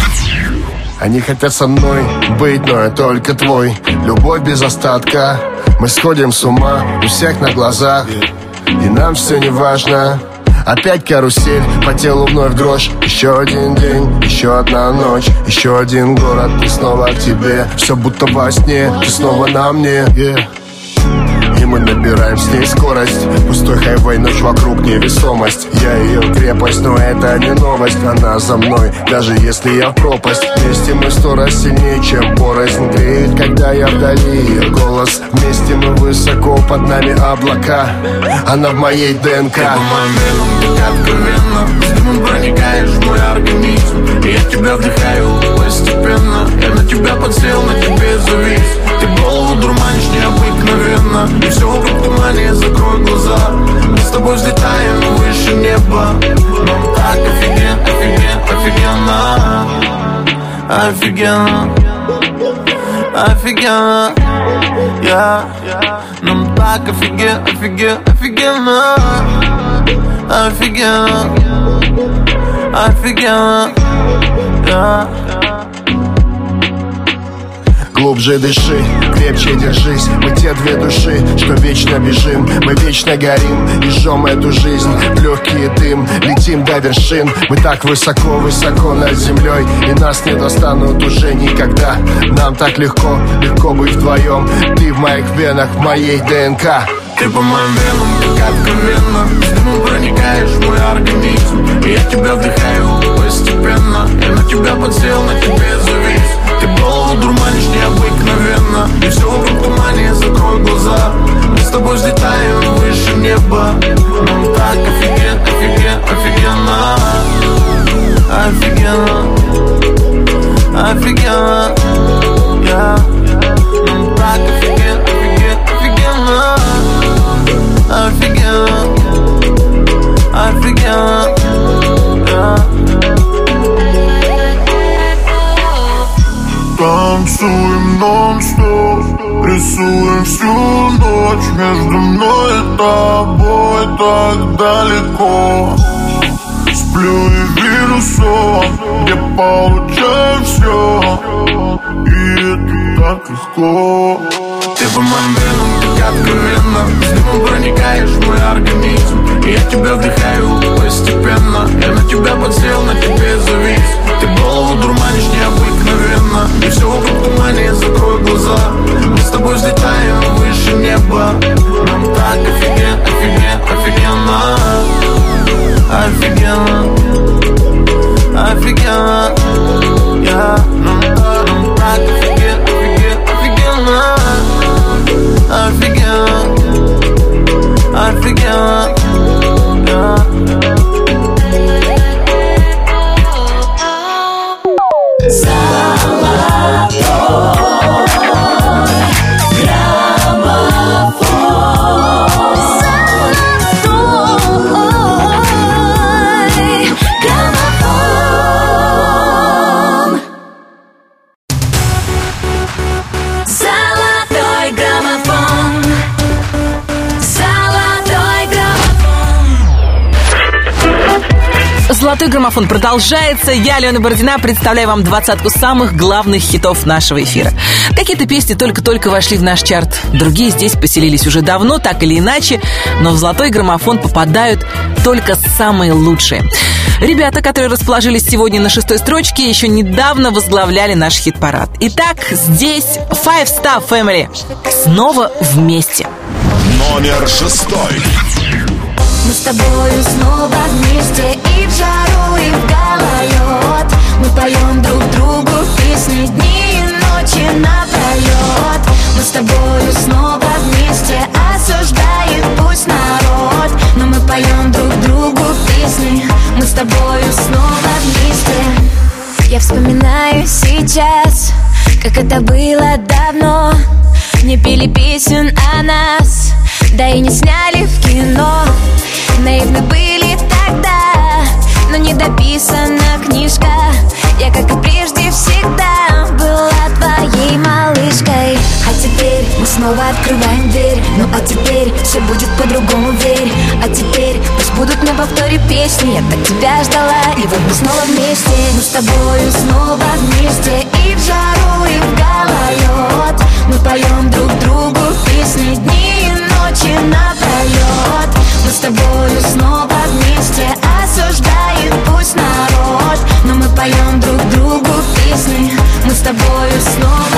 Они хотят со мной быть, но я только твой. Любовь без остатка. Мы сходим с ума у всех на глазах, и нам все не важно. Опять карусель, по телу вновь дрожь. Еще один день, еще одна ночь, еще один город, и снова к тебе. Все будто во сне, ты снова на мне, И мы набираем с ней скорость. Пустой хайвей, ночь вокруг невесомость. Я ее крепость, но это не новость. Она за мной, даже если я в пропасть. Вместе мы 100 раз сильнее, чем порознь. Греет, когда я вдали ее голос. Вместе мы высоко, под нами облака. Она в моей ДНК. Ты по моим венам, так откровенно. С дымом проникаешь в мой организм, и я тебя вдыхаю постепенно. Я на тебя подсел, на тебе завис. Ты голову дурманишь необыкновенно. И все вокруг тумане, закрой глаза. Мы с тобой взлетаем выше неба. Нам так офигенно, офигенно, офигенно, офигенно, yeah. Нам так офигенно, офигенно, офигенно, офигенно. Глубже дыши, крепче держись. Мы те две души, что вечно бежим. Мы вечно горим и жжем эту жизнь. Легкий дым, летим до вершин. Мы так высоко, высоко над землей, и нас не достанут уже никогда. Нам так легко, легко быть вдвоем. Ты в моих венах, в моей ДНК. Ты по моим венам, как откровенно. С дымом проникаешь в мой организм, и я тебя вдыхаю постепенно. Я на тебя подсел, на тебе завис. Ты голову дурманишь необыкновенно, и все вокруг тумане, закрой глаза. Мы с тобой взлетаем выше неба. Нам так офигенно, офигенно, офигенно, офигенно, Нам так офигенно, офигенно, офигенно, Танцуем нон-стоп, рисуем всю ночь. Между мной и тобой так далеко. Сплю и вижу сон, где получаю все, и это так легко. Ты по моим венам, как откровенно. С дымом проникаешь в мой организм, и я тебя вдыхаю постепенно. Я на тебя подсел, на тебе завис. Ты голову дурманишь необыкновенно, и все вокруг тумане, закрой глаза. Мы с тобой взлетаем выше неба. Нам так офигенно, офигенно, офигенно, офигенно, Нам так офигенно, офигенно, офигенно, Золотой граммофон продолжается. Я, Алена Бородина, представляю вам 20-ку самых главных хитов нашего эфира. Какие-то песни только-только вошли в наш чарт, другие здесь поселились уже давно, так или иначе, но в золотой граммофон попадают только самые лучшие. Ребята, которые расположились сегодня на 6-й строчке, еще недавно возглавляли наш хит-парад. Итак, здесь Five Star Family. Снова вместе. Номер 6. Мы с тобою снова вместе, и в жару, и в гололед. Мы поем друг другу песни дни и ночи напролет. Мы с тобою снова вместе, осуждает пусть народ, но мы поем друг другу песни. Мы с тобою снова вместе. Я вспоминаю сейчас, как это было давно. Не пели песен о нас, да и не сняли в кино. Наивны были тогда, но не дописана книжка. Я, как и прежде, всегда была твоей малышкой. А теперь мы снова открываем дверь. Ну а теперь все будет по-другому, верь. А теперь пусть будут на повторе песни. Я так тебя ждала, и вот мы снова вместе. Мы с тобою снова вместе, и в жару, и в гололед. Мы поем друг другу песни дни и ночи напролет. Мы с тобою снова вместе, осуждает пусть народ, но мы поем друг другу песни. Мы с тобою снова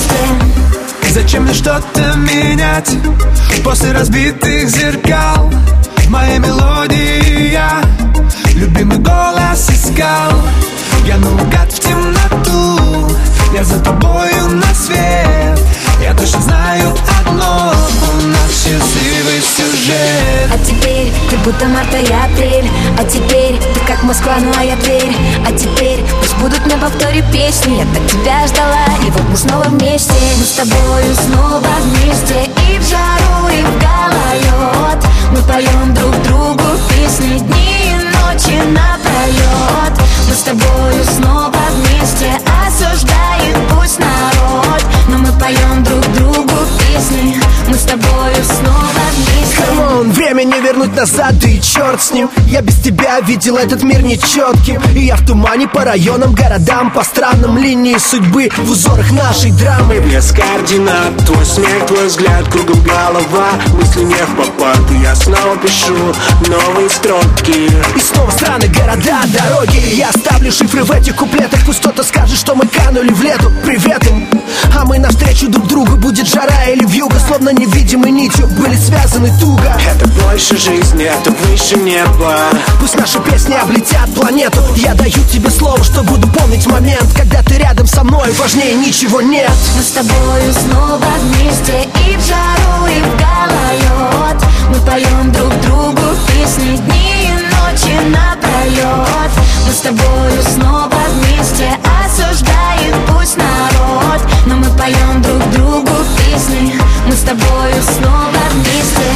вместе. Зачем мне что-то менять после разбитых зеркал? В моей мелодии я любимый голос искал. Я наугад в темноту, я за тобою на свет. Я точно знаю одно, у нас счастливый сюжет. А теперь как будто март и апрель. А теперь ты как Москва, ну а я Тверь. А теперь пусть будут на повторе песни. Я так тебя ждала, и вот мы снова вместе. Мы с тобою снова вместе, и в жару, и в гололед. Мы поем друг другу песни дни и ночи напролет. Мы с тобою снова вместе, осуждает пусть народ, но мы поем друг другу песни. Мы с тобою снова вместе. Come on, время время не вернуть назад, да и черт с ним. Я без тебя видел этот мир нечетким, и я в тумане по районам, городам, по странам линии судьбы, в узорах нашей драмы. Без координат, твой смех, твой взгляд, кругом голова, мысли не в попад, и я снова пишу новые строки. И снова страны, города, дороги. Я оставлю шифры в этих куплетах. Пусть кто-то скажет, что мы канули в лету. Привет им, а мы навстречу друг другу. Будет жара или вьюга, словно невидимой нитью были связаны туго. Это больше жизни, это выше неба. Пусть наши песни облетят планету. Я даю тебе слово, что буду помнить момент, когда ты рядом со мной, важнее ничего нет. Мы с тобою снова вместе, и в жару, и в гололед. Мы поем друг другу песни дни и ночи напролет. Мы с тобою снова вместе, осуждает пусть народ, но мы поем друг другу песни. Мы с тобою снова вместе.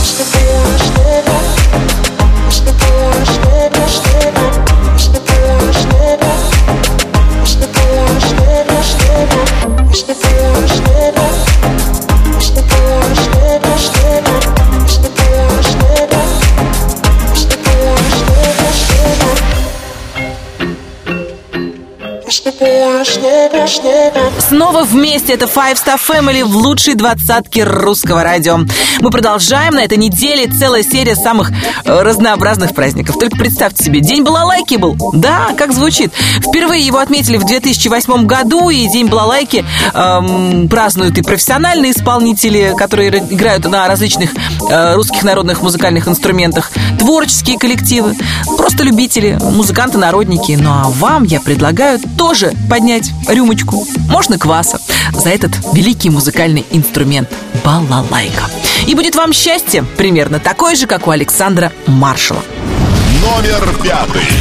Снова вместе, это Five Star Family в лучшей двадцатке русского радио. Мы продолжаем. На этой неделе целая серия самых разнообразных праздников. Только представьте себе, День балалайки был. Да, как звучит. Впервые его отметили в 2008 году, и День балалайки празднуют и профессиональные исполнители, которые играют на различных русских народных музыкальных инструментах, творческие коллективы, просто любители, музыканты-народники. Ну а вам я предлагаю тоже поднять рюмочку, можно кваса, за этот великий музыкальный инструмент — балалайка. И будет вам счастье примерно такое же, как у Александра Маршала. Номер 5.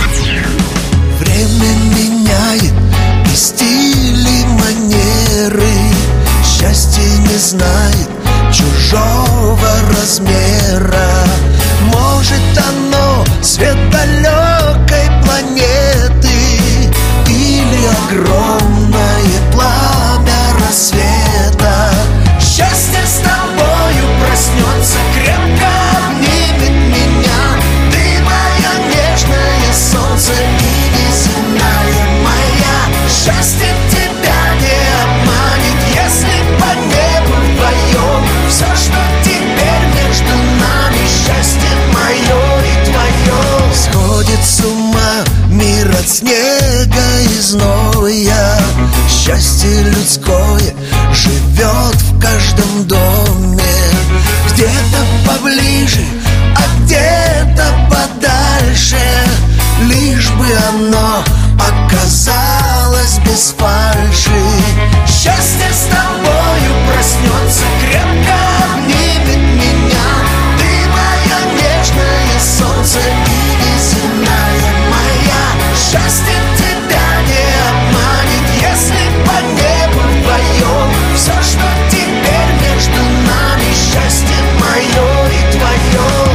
Время меняет и стили, манеры. Счастье не знает чужого размера. Может, оно свет далекой планеты или огромное пламя рассвета. Счастье с тобою проснется, крепко обнимет меня. Ты мое нежное солнце и неземная моя. Счастье тебя не обманет, если по небу вдвоем. Все, что теперь между нами, счастье мое и твое. Сходит с ума мир от снега и зноя. Счастье людское живет в каждом доме. Где-то поближе, а где-то подальше. Лишь бы оно оказалось без фальши. Счастье с тобою проснется, крепко обнимет меня. Ты мое нежное солнце и неземная моя. Счастье тебя не обманет, если по небу вдвоем. Все, что теперь между нами, счастье мое и твое.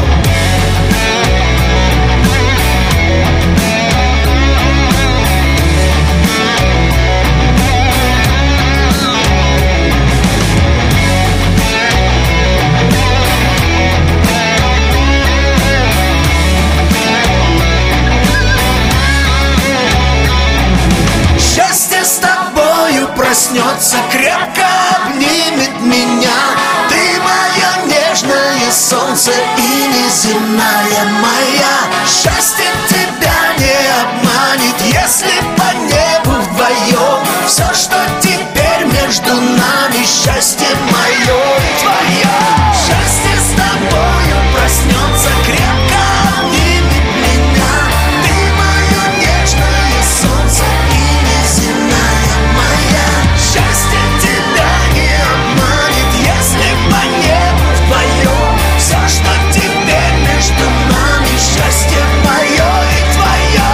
Проснется, крепко обнимет меня. Ты мое нежное солнце и неземная моя. Счастье тебя не обманет, если по небу вдвоем. Все, что теперь между нами, счастье мое и твое. Счастье с тобою проснется, крепко обнимет меня. Ты мое нежное солнце и неземная моя. Счастье тебя не обманет, если по небу вдвоем. Все, что теперь между нами, счастье мое и твое.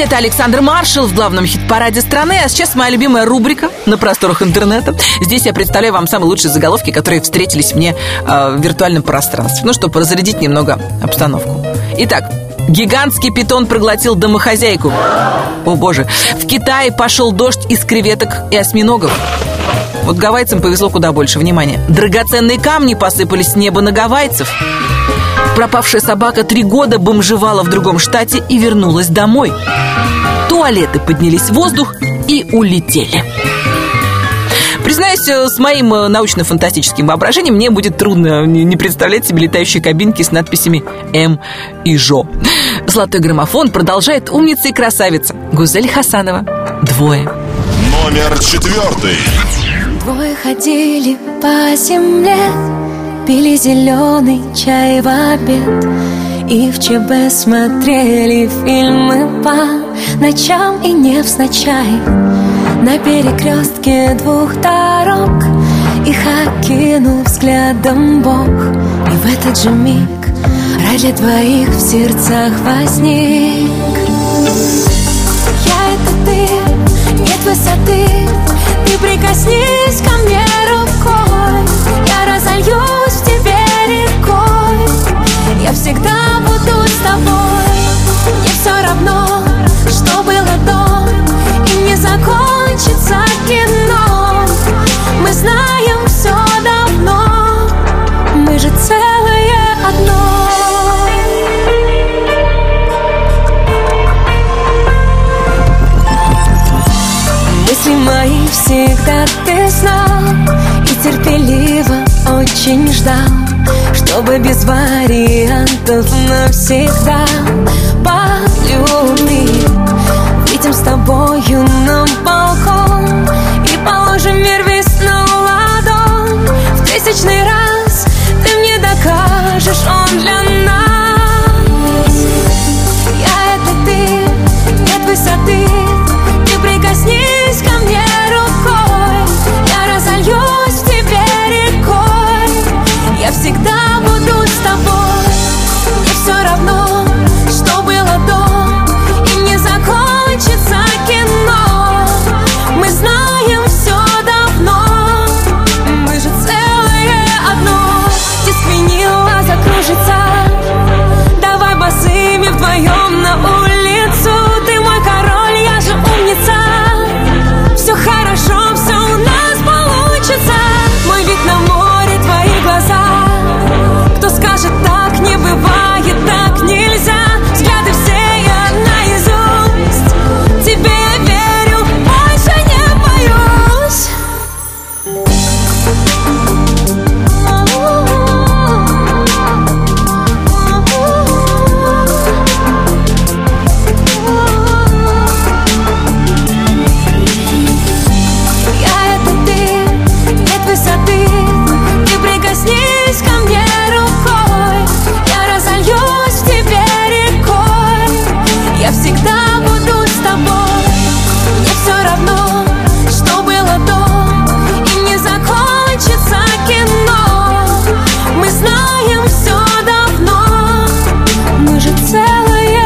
это Александр Маршал в главном хит-параде страны. А сейчас моя любимая рубрика на просторах интернета. Здесь я представляю вам самые лучшие заголовки, которые встретились мне в виртуальном пространстве. Ну, чтобы разрядить немного обстановку. Итак, гигантский питон проглотил домохозяйку. О боже. В Китае пошел дождь из креветок и осьминогов. Вот гавайцам повезло куда больше. Внимание. Драгоценные камни посыпались с неба на гавайцев. Пропавшая собака 3 года бомжевала в другом штате и вернулась домой. Туалеты поднялись в воздух и улетели. Признаюсь, с моим научно-фантастическим воображением мне будет трудно не представлять себе летающие кабинки с надписями «М» и «Жо». Золотой граммофон продолжает умница и красавица Гузель Хасанова. «Двое». Номер 4. Двое ходили по земле, пили зеленый чай в обед и в ЧБ смотрели фильмы по ночам и невзначай. На перекрестке 2 дорог их окинул взглядом Бог. И в этот же миг рай для двоих в сердцах возник. Я — это ты, нет высоты, ты прикоснись ко мне рукой, я разольюсь в тебе рекой, я всегда буду с тобой. Мне все равно, что было до, и не закончится кино. Мы знаем все давно, мы же целое одно. Мысли мои всегда ты знал и терпеливо очень ждал, чтобы без вариантов навсегда полюбить. Выйдем с тобою на балкон и положим мир весь на ладонь. В 1000-й раз ты мне докажешь, он для нас. Я — это ты, нет высоты, ты прикоснись ко мне рукой, я разольюсь в тебе рекой, я всегда буду с тобой. Мне все равно, что было до, и не закончится кино. Мы знаем все давно, мы же целое одно. Диск винила закружится, давай босыми вдвоем на улицу. Ты мой король, я же умница, все хорошо, все у нас получится. Мой вид на море, твои глаза. Кто скажет так не бывает, так нельзя. Взгляды все я наизусть, тебе я верю, больше не боюсь. Я — это ты, нет высоты, ты прикоснись ко мне рукой, я разольюсь в тебе рекой, я всегда буду с тобой. Мне все равно, что было до, и не закончится кино. Мы знаем все давно, мы же целое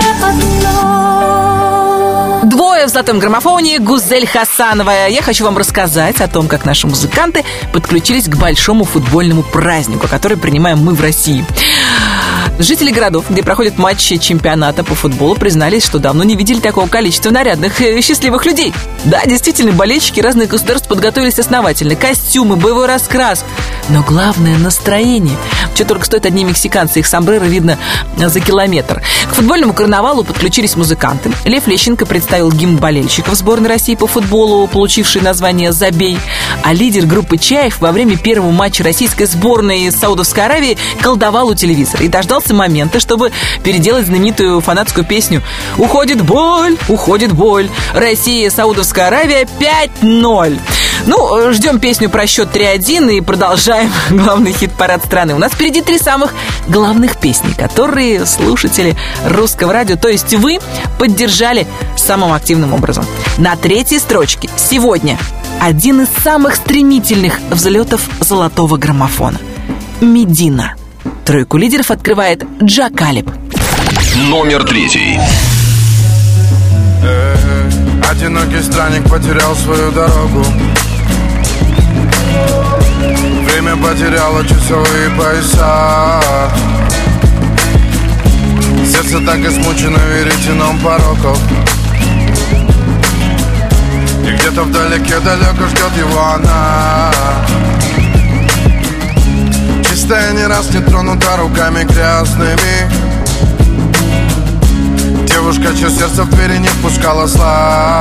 одно. «Двое» в золотом граммофоне, Гузель Хасанова. Я хочу вам рассказать о том, как наши музыканты подключились к большому футбольному празднику, который принимаем мы в России. Жители городов, где проходят матчи чемпионата по футболу, признались, что давно не видели такого количества нарядных и счастливых людей. Да, действительно, болельщики разных государств подготовились основательно. Костюмы, боевой раскрас. Но главное — настроение. Что только стоят одни мексиканцы, их сомбреро видно за километр. К футбольному карнавалу подключились музыканты. Лев Лещенко представил гимн болельщиков сборной России по футболу, получивший название «Забей». А лидер группы «Чаев» во время первого матча российской сборной с Саудовской Аравии колдовал у телевизора и дождался момента, чтобы переделать знаменитую фанатскую песню «Уходит боль, уходит боль, Россия, Саудовская Аравия 5-0». Ну, ждем песню про счет 3-1 и продолжаем главный хит-парад страны. У нас впереди 3 самых главных песни, которые слушатели русского радио, то есть вы, поддержали самым активным образом. На 3-й строчке сегодня один из самых стремительных взлетов золотого граммофона — «Медина». 3 лидеров открывает Джа Калиб. Номер 3. Одинокий странник потерял свою дорогу. Время потеряло часовые пояса. Сердце так измучено веретеном пороков. И где-то вдалеке далеко ждет его она. Чистая, не раз не тронута руками грязными. Девушка, чье сердце в двери не впускала зла.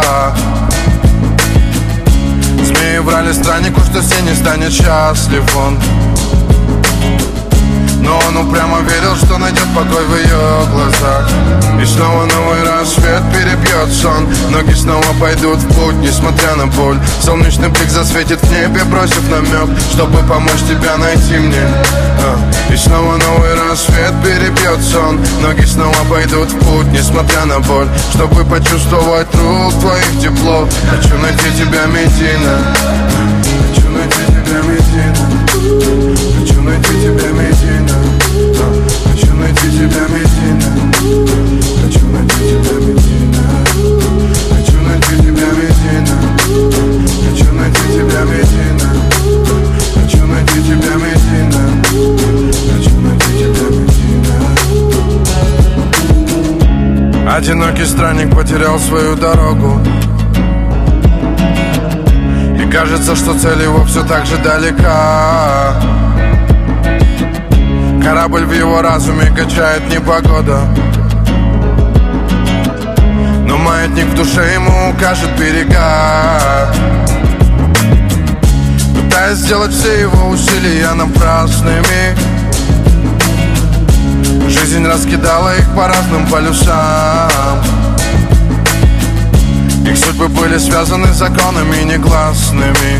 Змеи врали страннику, что с ней не станет счастлив он. Но он упрямо верил, что найдет покой в ее глазах. И снова новый рассвет перебьет сон. Ноги снова пойдут в путь, несмотря на боль. Солнечный блик засветит в небе, бросив намек, чтобы помочь тебя найти мне. И снова новый рассвет перебьет сон. Ноги снова пойдут в путь, несмотря на боль, чтобы почувствовать рук твоих тепло. Хочу найти тебя, Медина. Хочу найти тебя, Медина. Хочу найти тебя, Медина. Хочу найти тебя, Медина. Хочу найти тебя, Медина. Хочу найти тебя, Медина. Хочу найти тебя, Медина. Хочу найти тебя, Медина. Хочу найти тебя, Медина. Одинокий странник потерял свою дорогу. И кажется, что цель его все так же далека. Корабль в его разуме качает непогода. Но маятник в душе ему укажет берега. Пытаясь сделать все его усилия напрасными, жизнь раскидала их по разным полюсам. Их судьбы были связаны законами негласными.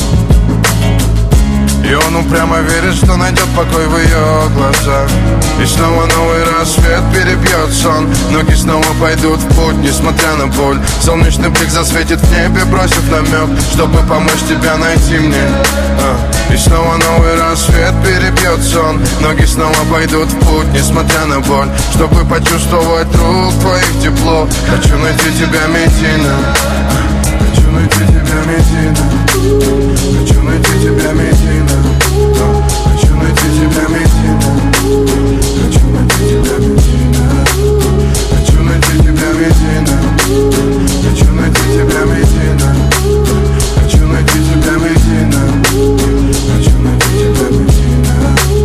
И он упрямо верит, что найдет покой в ее глазах. И снова новый рассвет перебьет сон. Ноги снова пойдут в путь, несмотря на боль. Солнечный блик засветит в небе, бросив намек, чтобы помочь тебя найти мне. И снова новый рассвет перебьет сон. Ноги снова пойдут в путь, несмотря на боль, чтобы почувствовать рук твоих тепло. Хочу найти тебя, Медина. Хочу найти тебя, Медина. Хочу найти тебя, Медина. Хочу найти тебя, Медина. Хочу найти тебя, Медина. Хочу найти тебя, Медина. Хочу найти тебя, Медина. Хочу найти тебя, Медина. Хочу найти тебя, Медина.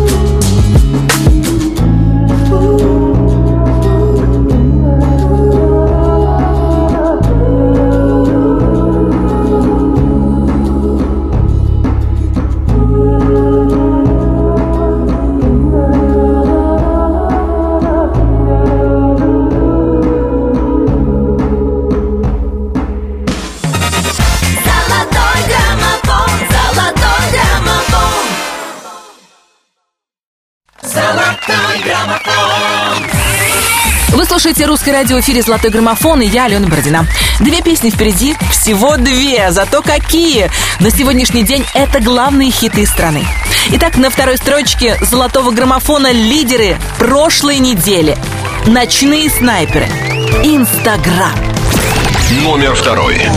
Вы слушаете «Русское радио», в эфире «Золотой граммофон», и я, Алена Бородина. 2 песни впереди, всего 2, зато какие! На сегодняшний день это главные хиты страны. Итак, на второй строчке «Золотого граммофона» лидеры прошлой недели. «Ночные снайперы». «Инстаграм». Номер 2.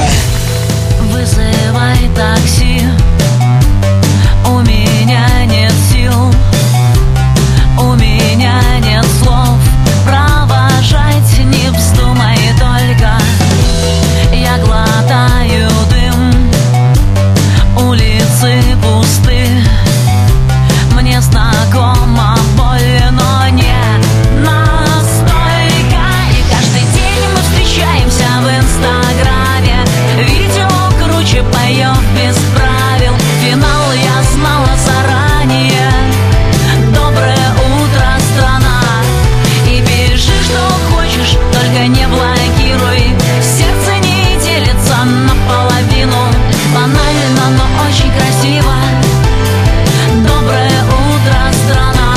Вызывай такси, у меня нет сил, у меня нет слов, провожать не вздумай только. Я глотаю дым, улицы пусты, мне знакома боль, но не настойка. И каждый день мы встречаемся в Инстаграме, видео круче поем без правил. Финал я знала заранее. Доброе утро, страна. И пиши, что хочешь, только не блокируй. Сердце не делится наполовину. Банально, но очень красиво. Доброе утро, страна.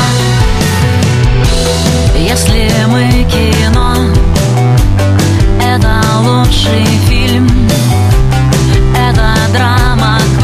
Если мы кино, это лучший фильм. Это драма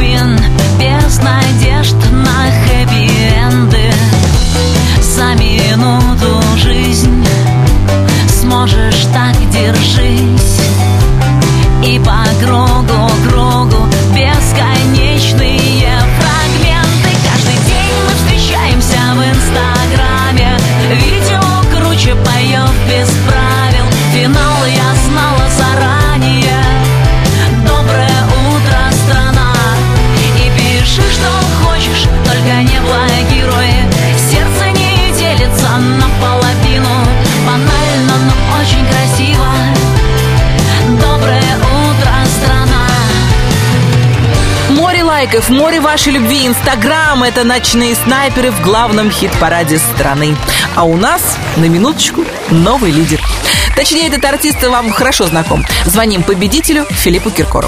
лайков, море вашей любви, Инстаграм — это ночные снайперы в главном хит-параде страны. А у нас, на минуточку, новый лидер. Точнее, этот артист вам хорошо знаком. Звоним победителю Филиппу Киркорову.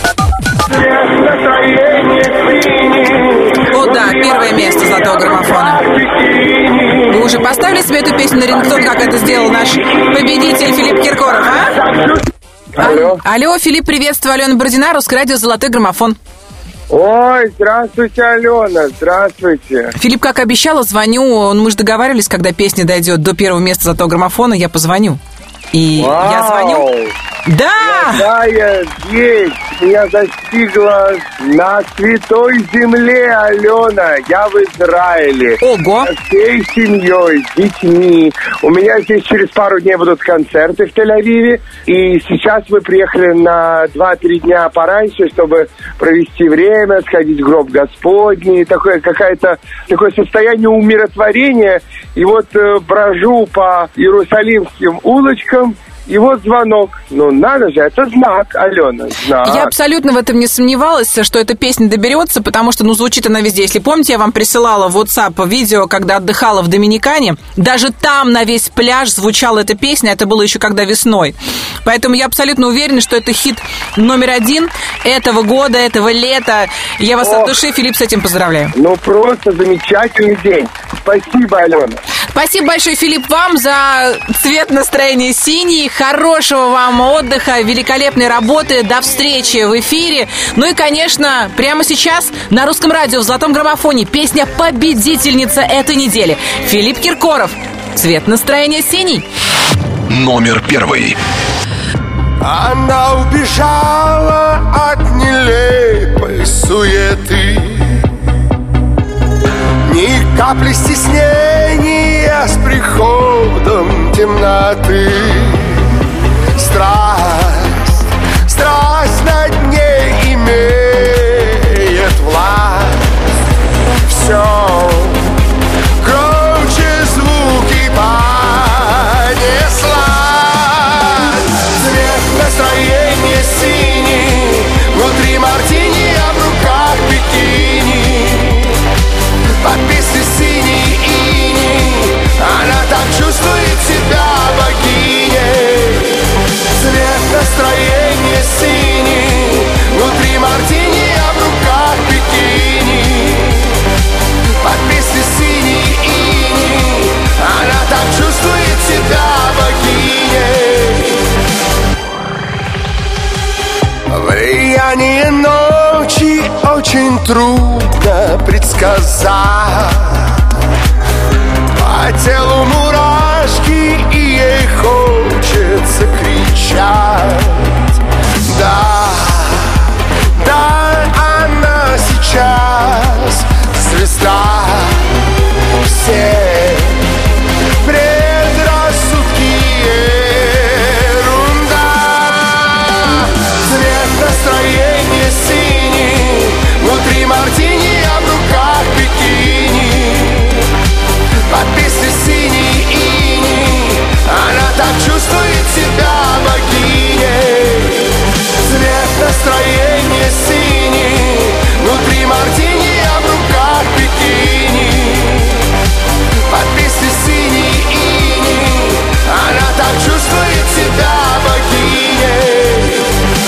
О да, первое место золотого граммофона. Вы уже поставили себе эту песню на рингтон, как это сделал наш победитель Филипп Киркоров, а? Алло, Филипп, приветствую, Алена Бородина, Русское радио «Золотой граммофон». Ой, здравствуйте, Алена, здравствуйте. Филипп, как обещала, звоню. Мы же договаривались, когда песня дойдет до первого места золотого граммофона, я позвоню. И Вау! я звоню. Да! Молодая весть меня застигла на святой земле, Алена. Я в Израиле. Ого! Со всей семьей, с детьми. У меня здесь через пару дней будут концерты в Тель-Авиве. И сейчас мы приехали на 2-3 дня пораньше, чтобы провести время, сходить в гроб Господний. Такое состояние умиротворения. И вот брожу по иерусалимским улочкам. И вот звонок. Ну, надо же, это знак, Алена, знак. Я абсолютно в этом не сомневалась, что эта песня доберется, потому что, звучит она везде. Если помните, я вам присылала в WhatsApp видео, когда отдыхала в Доминикане. Даже там на весь пляж звучала эта песня, это было еще когда весной. Поэтому я абсолютно уверена, что это хит номер 1 этого года, этого лета. Я вас от души, Филипп, с этим поздравляю. Ну, просто замечательный день. Спасибо, Алена. Спасибо большое, Филипп, вам за цвет настроения синий. Хорошего вам отдыха, великолепной работы. До встречи в эфире. Ну и, конечно, прямо сейчас на Русском радио в «Золотом граммофоне» песня «Победительница этой недели». Филипп Киркоров. Цвет настроения синий. Номер 1. Она убежала от нелепой суеты, ни капли стеснения с приходом темноты. Страсть над ней имеет власть. Все громче звуки понесла. Цвет настроения синий, внутри мартини, а в руках бикини. Подписи синий иней, она так чувствует себя богиней. Цвет настроения синий, внутри мартини, а в руках бикини. Подписи синий иней, она так чувствует себя богиней. Влияние ночи очень трудно предсказать. По телу мурашки, и ей хочется кричать. Да, она сейчас звезда. Все предрассудки ерунда. Цвет настроения синий, внутри мартини, а в руках бикини. Подписи синий иней, она так чувствует себя богиней. Цвет настроения синий, внутри мартини, а в руках бикини. Подписи синий иней, она так чувствует себя богиней.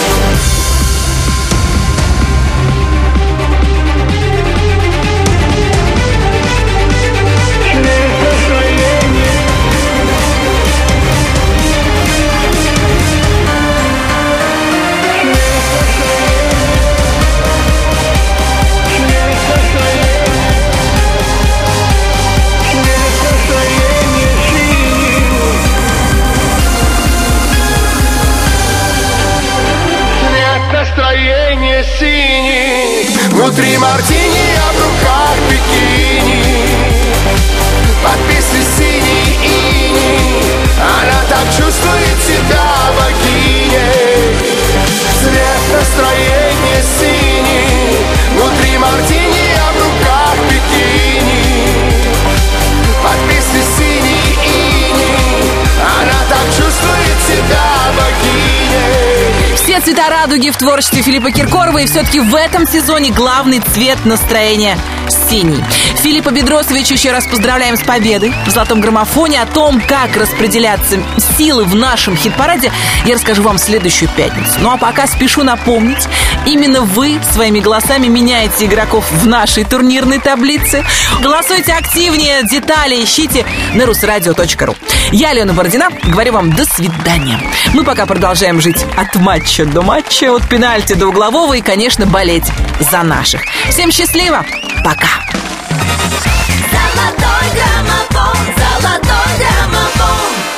Настроение синий, внутри мартини, а в руках бикини. Подписи синий иней, она так чувствует себя богиней. Цвет настроения синий, внутри мартини, а в руках бикини. Подписи синий иней, она так чувствует себя богиней. Все цвета цвета радуги в творчестве Филиппа Киркорова, и все-таки в этом сезоне главный цвет настроения – синий. Филиппа Бедросовича еще раз поздравляем с победой в «Золотом граммофоне». О том, как распределяться силы в нашем хит-параде, я расскажу вам в следующую пятницу. Ну а пока спешу напомнить, именно вы своими голосами меняете игроков в нашей турнирной таблице. Голосуйте активнее, детали ищите на rusradio.ru. Я, Алена Бородина, говорю вам до свидания. Мы пока продолжаем жить от матча до матча, от пенальти до углового и, конечно, болеть за наших. Всем счастливо, пока! Золотой граммофон, золотой граммофон.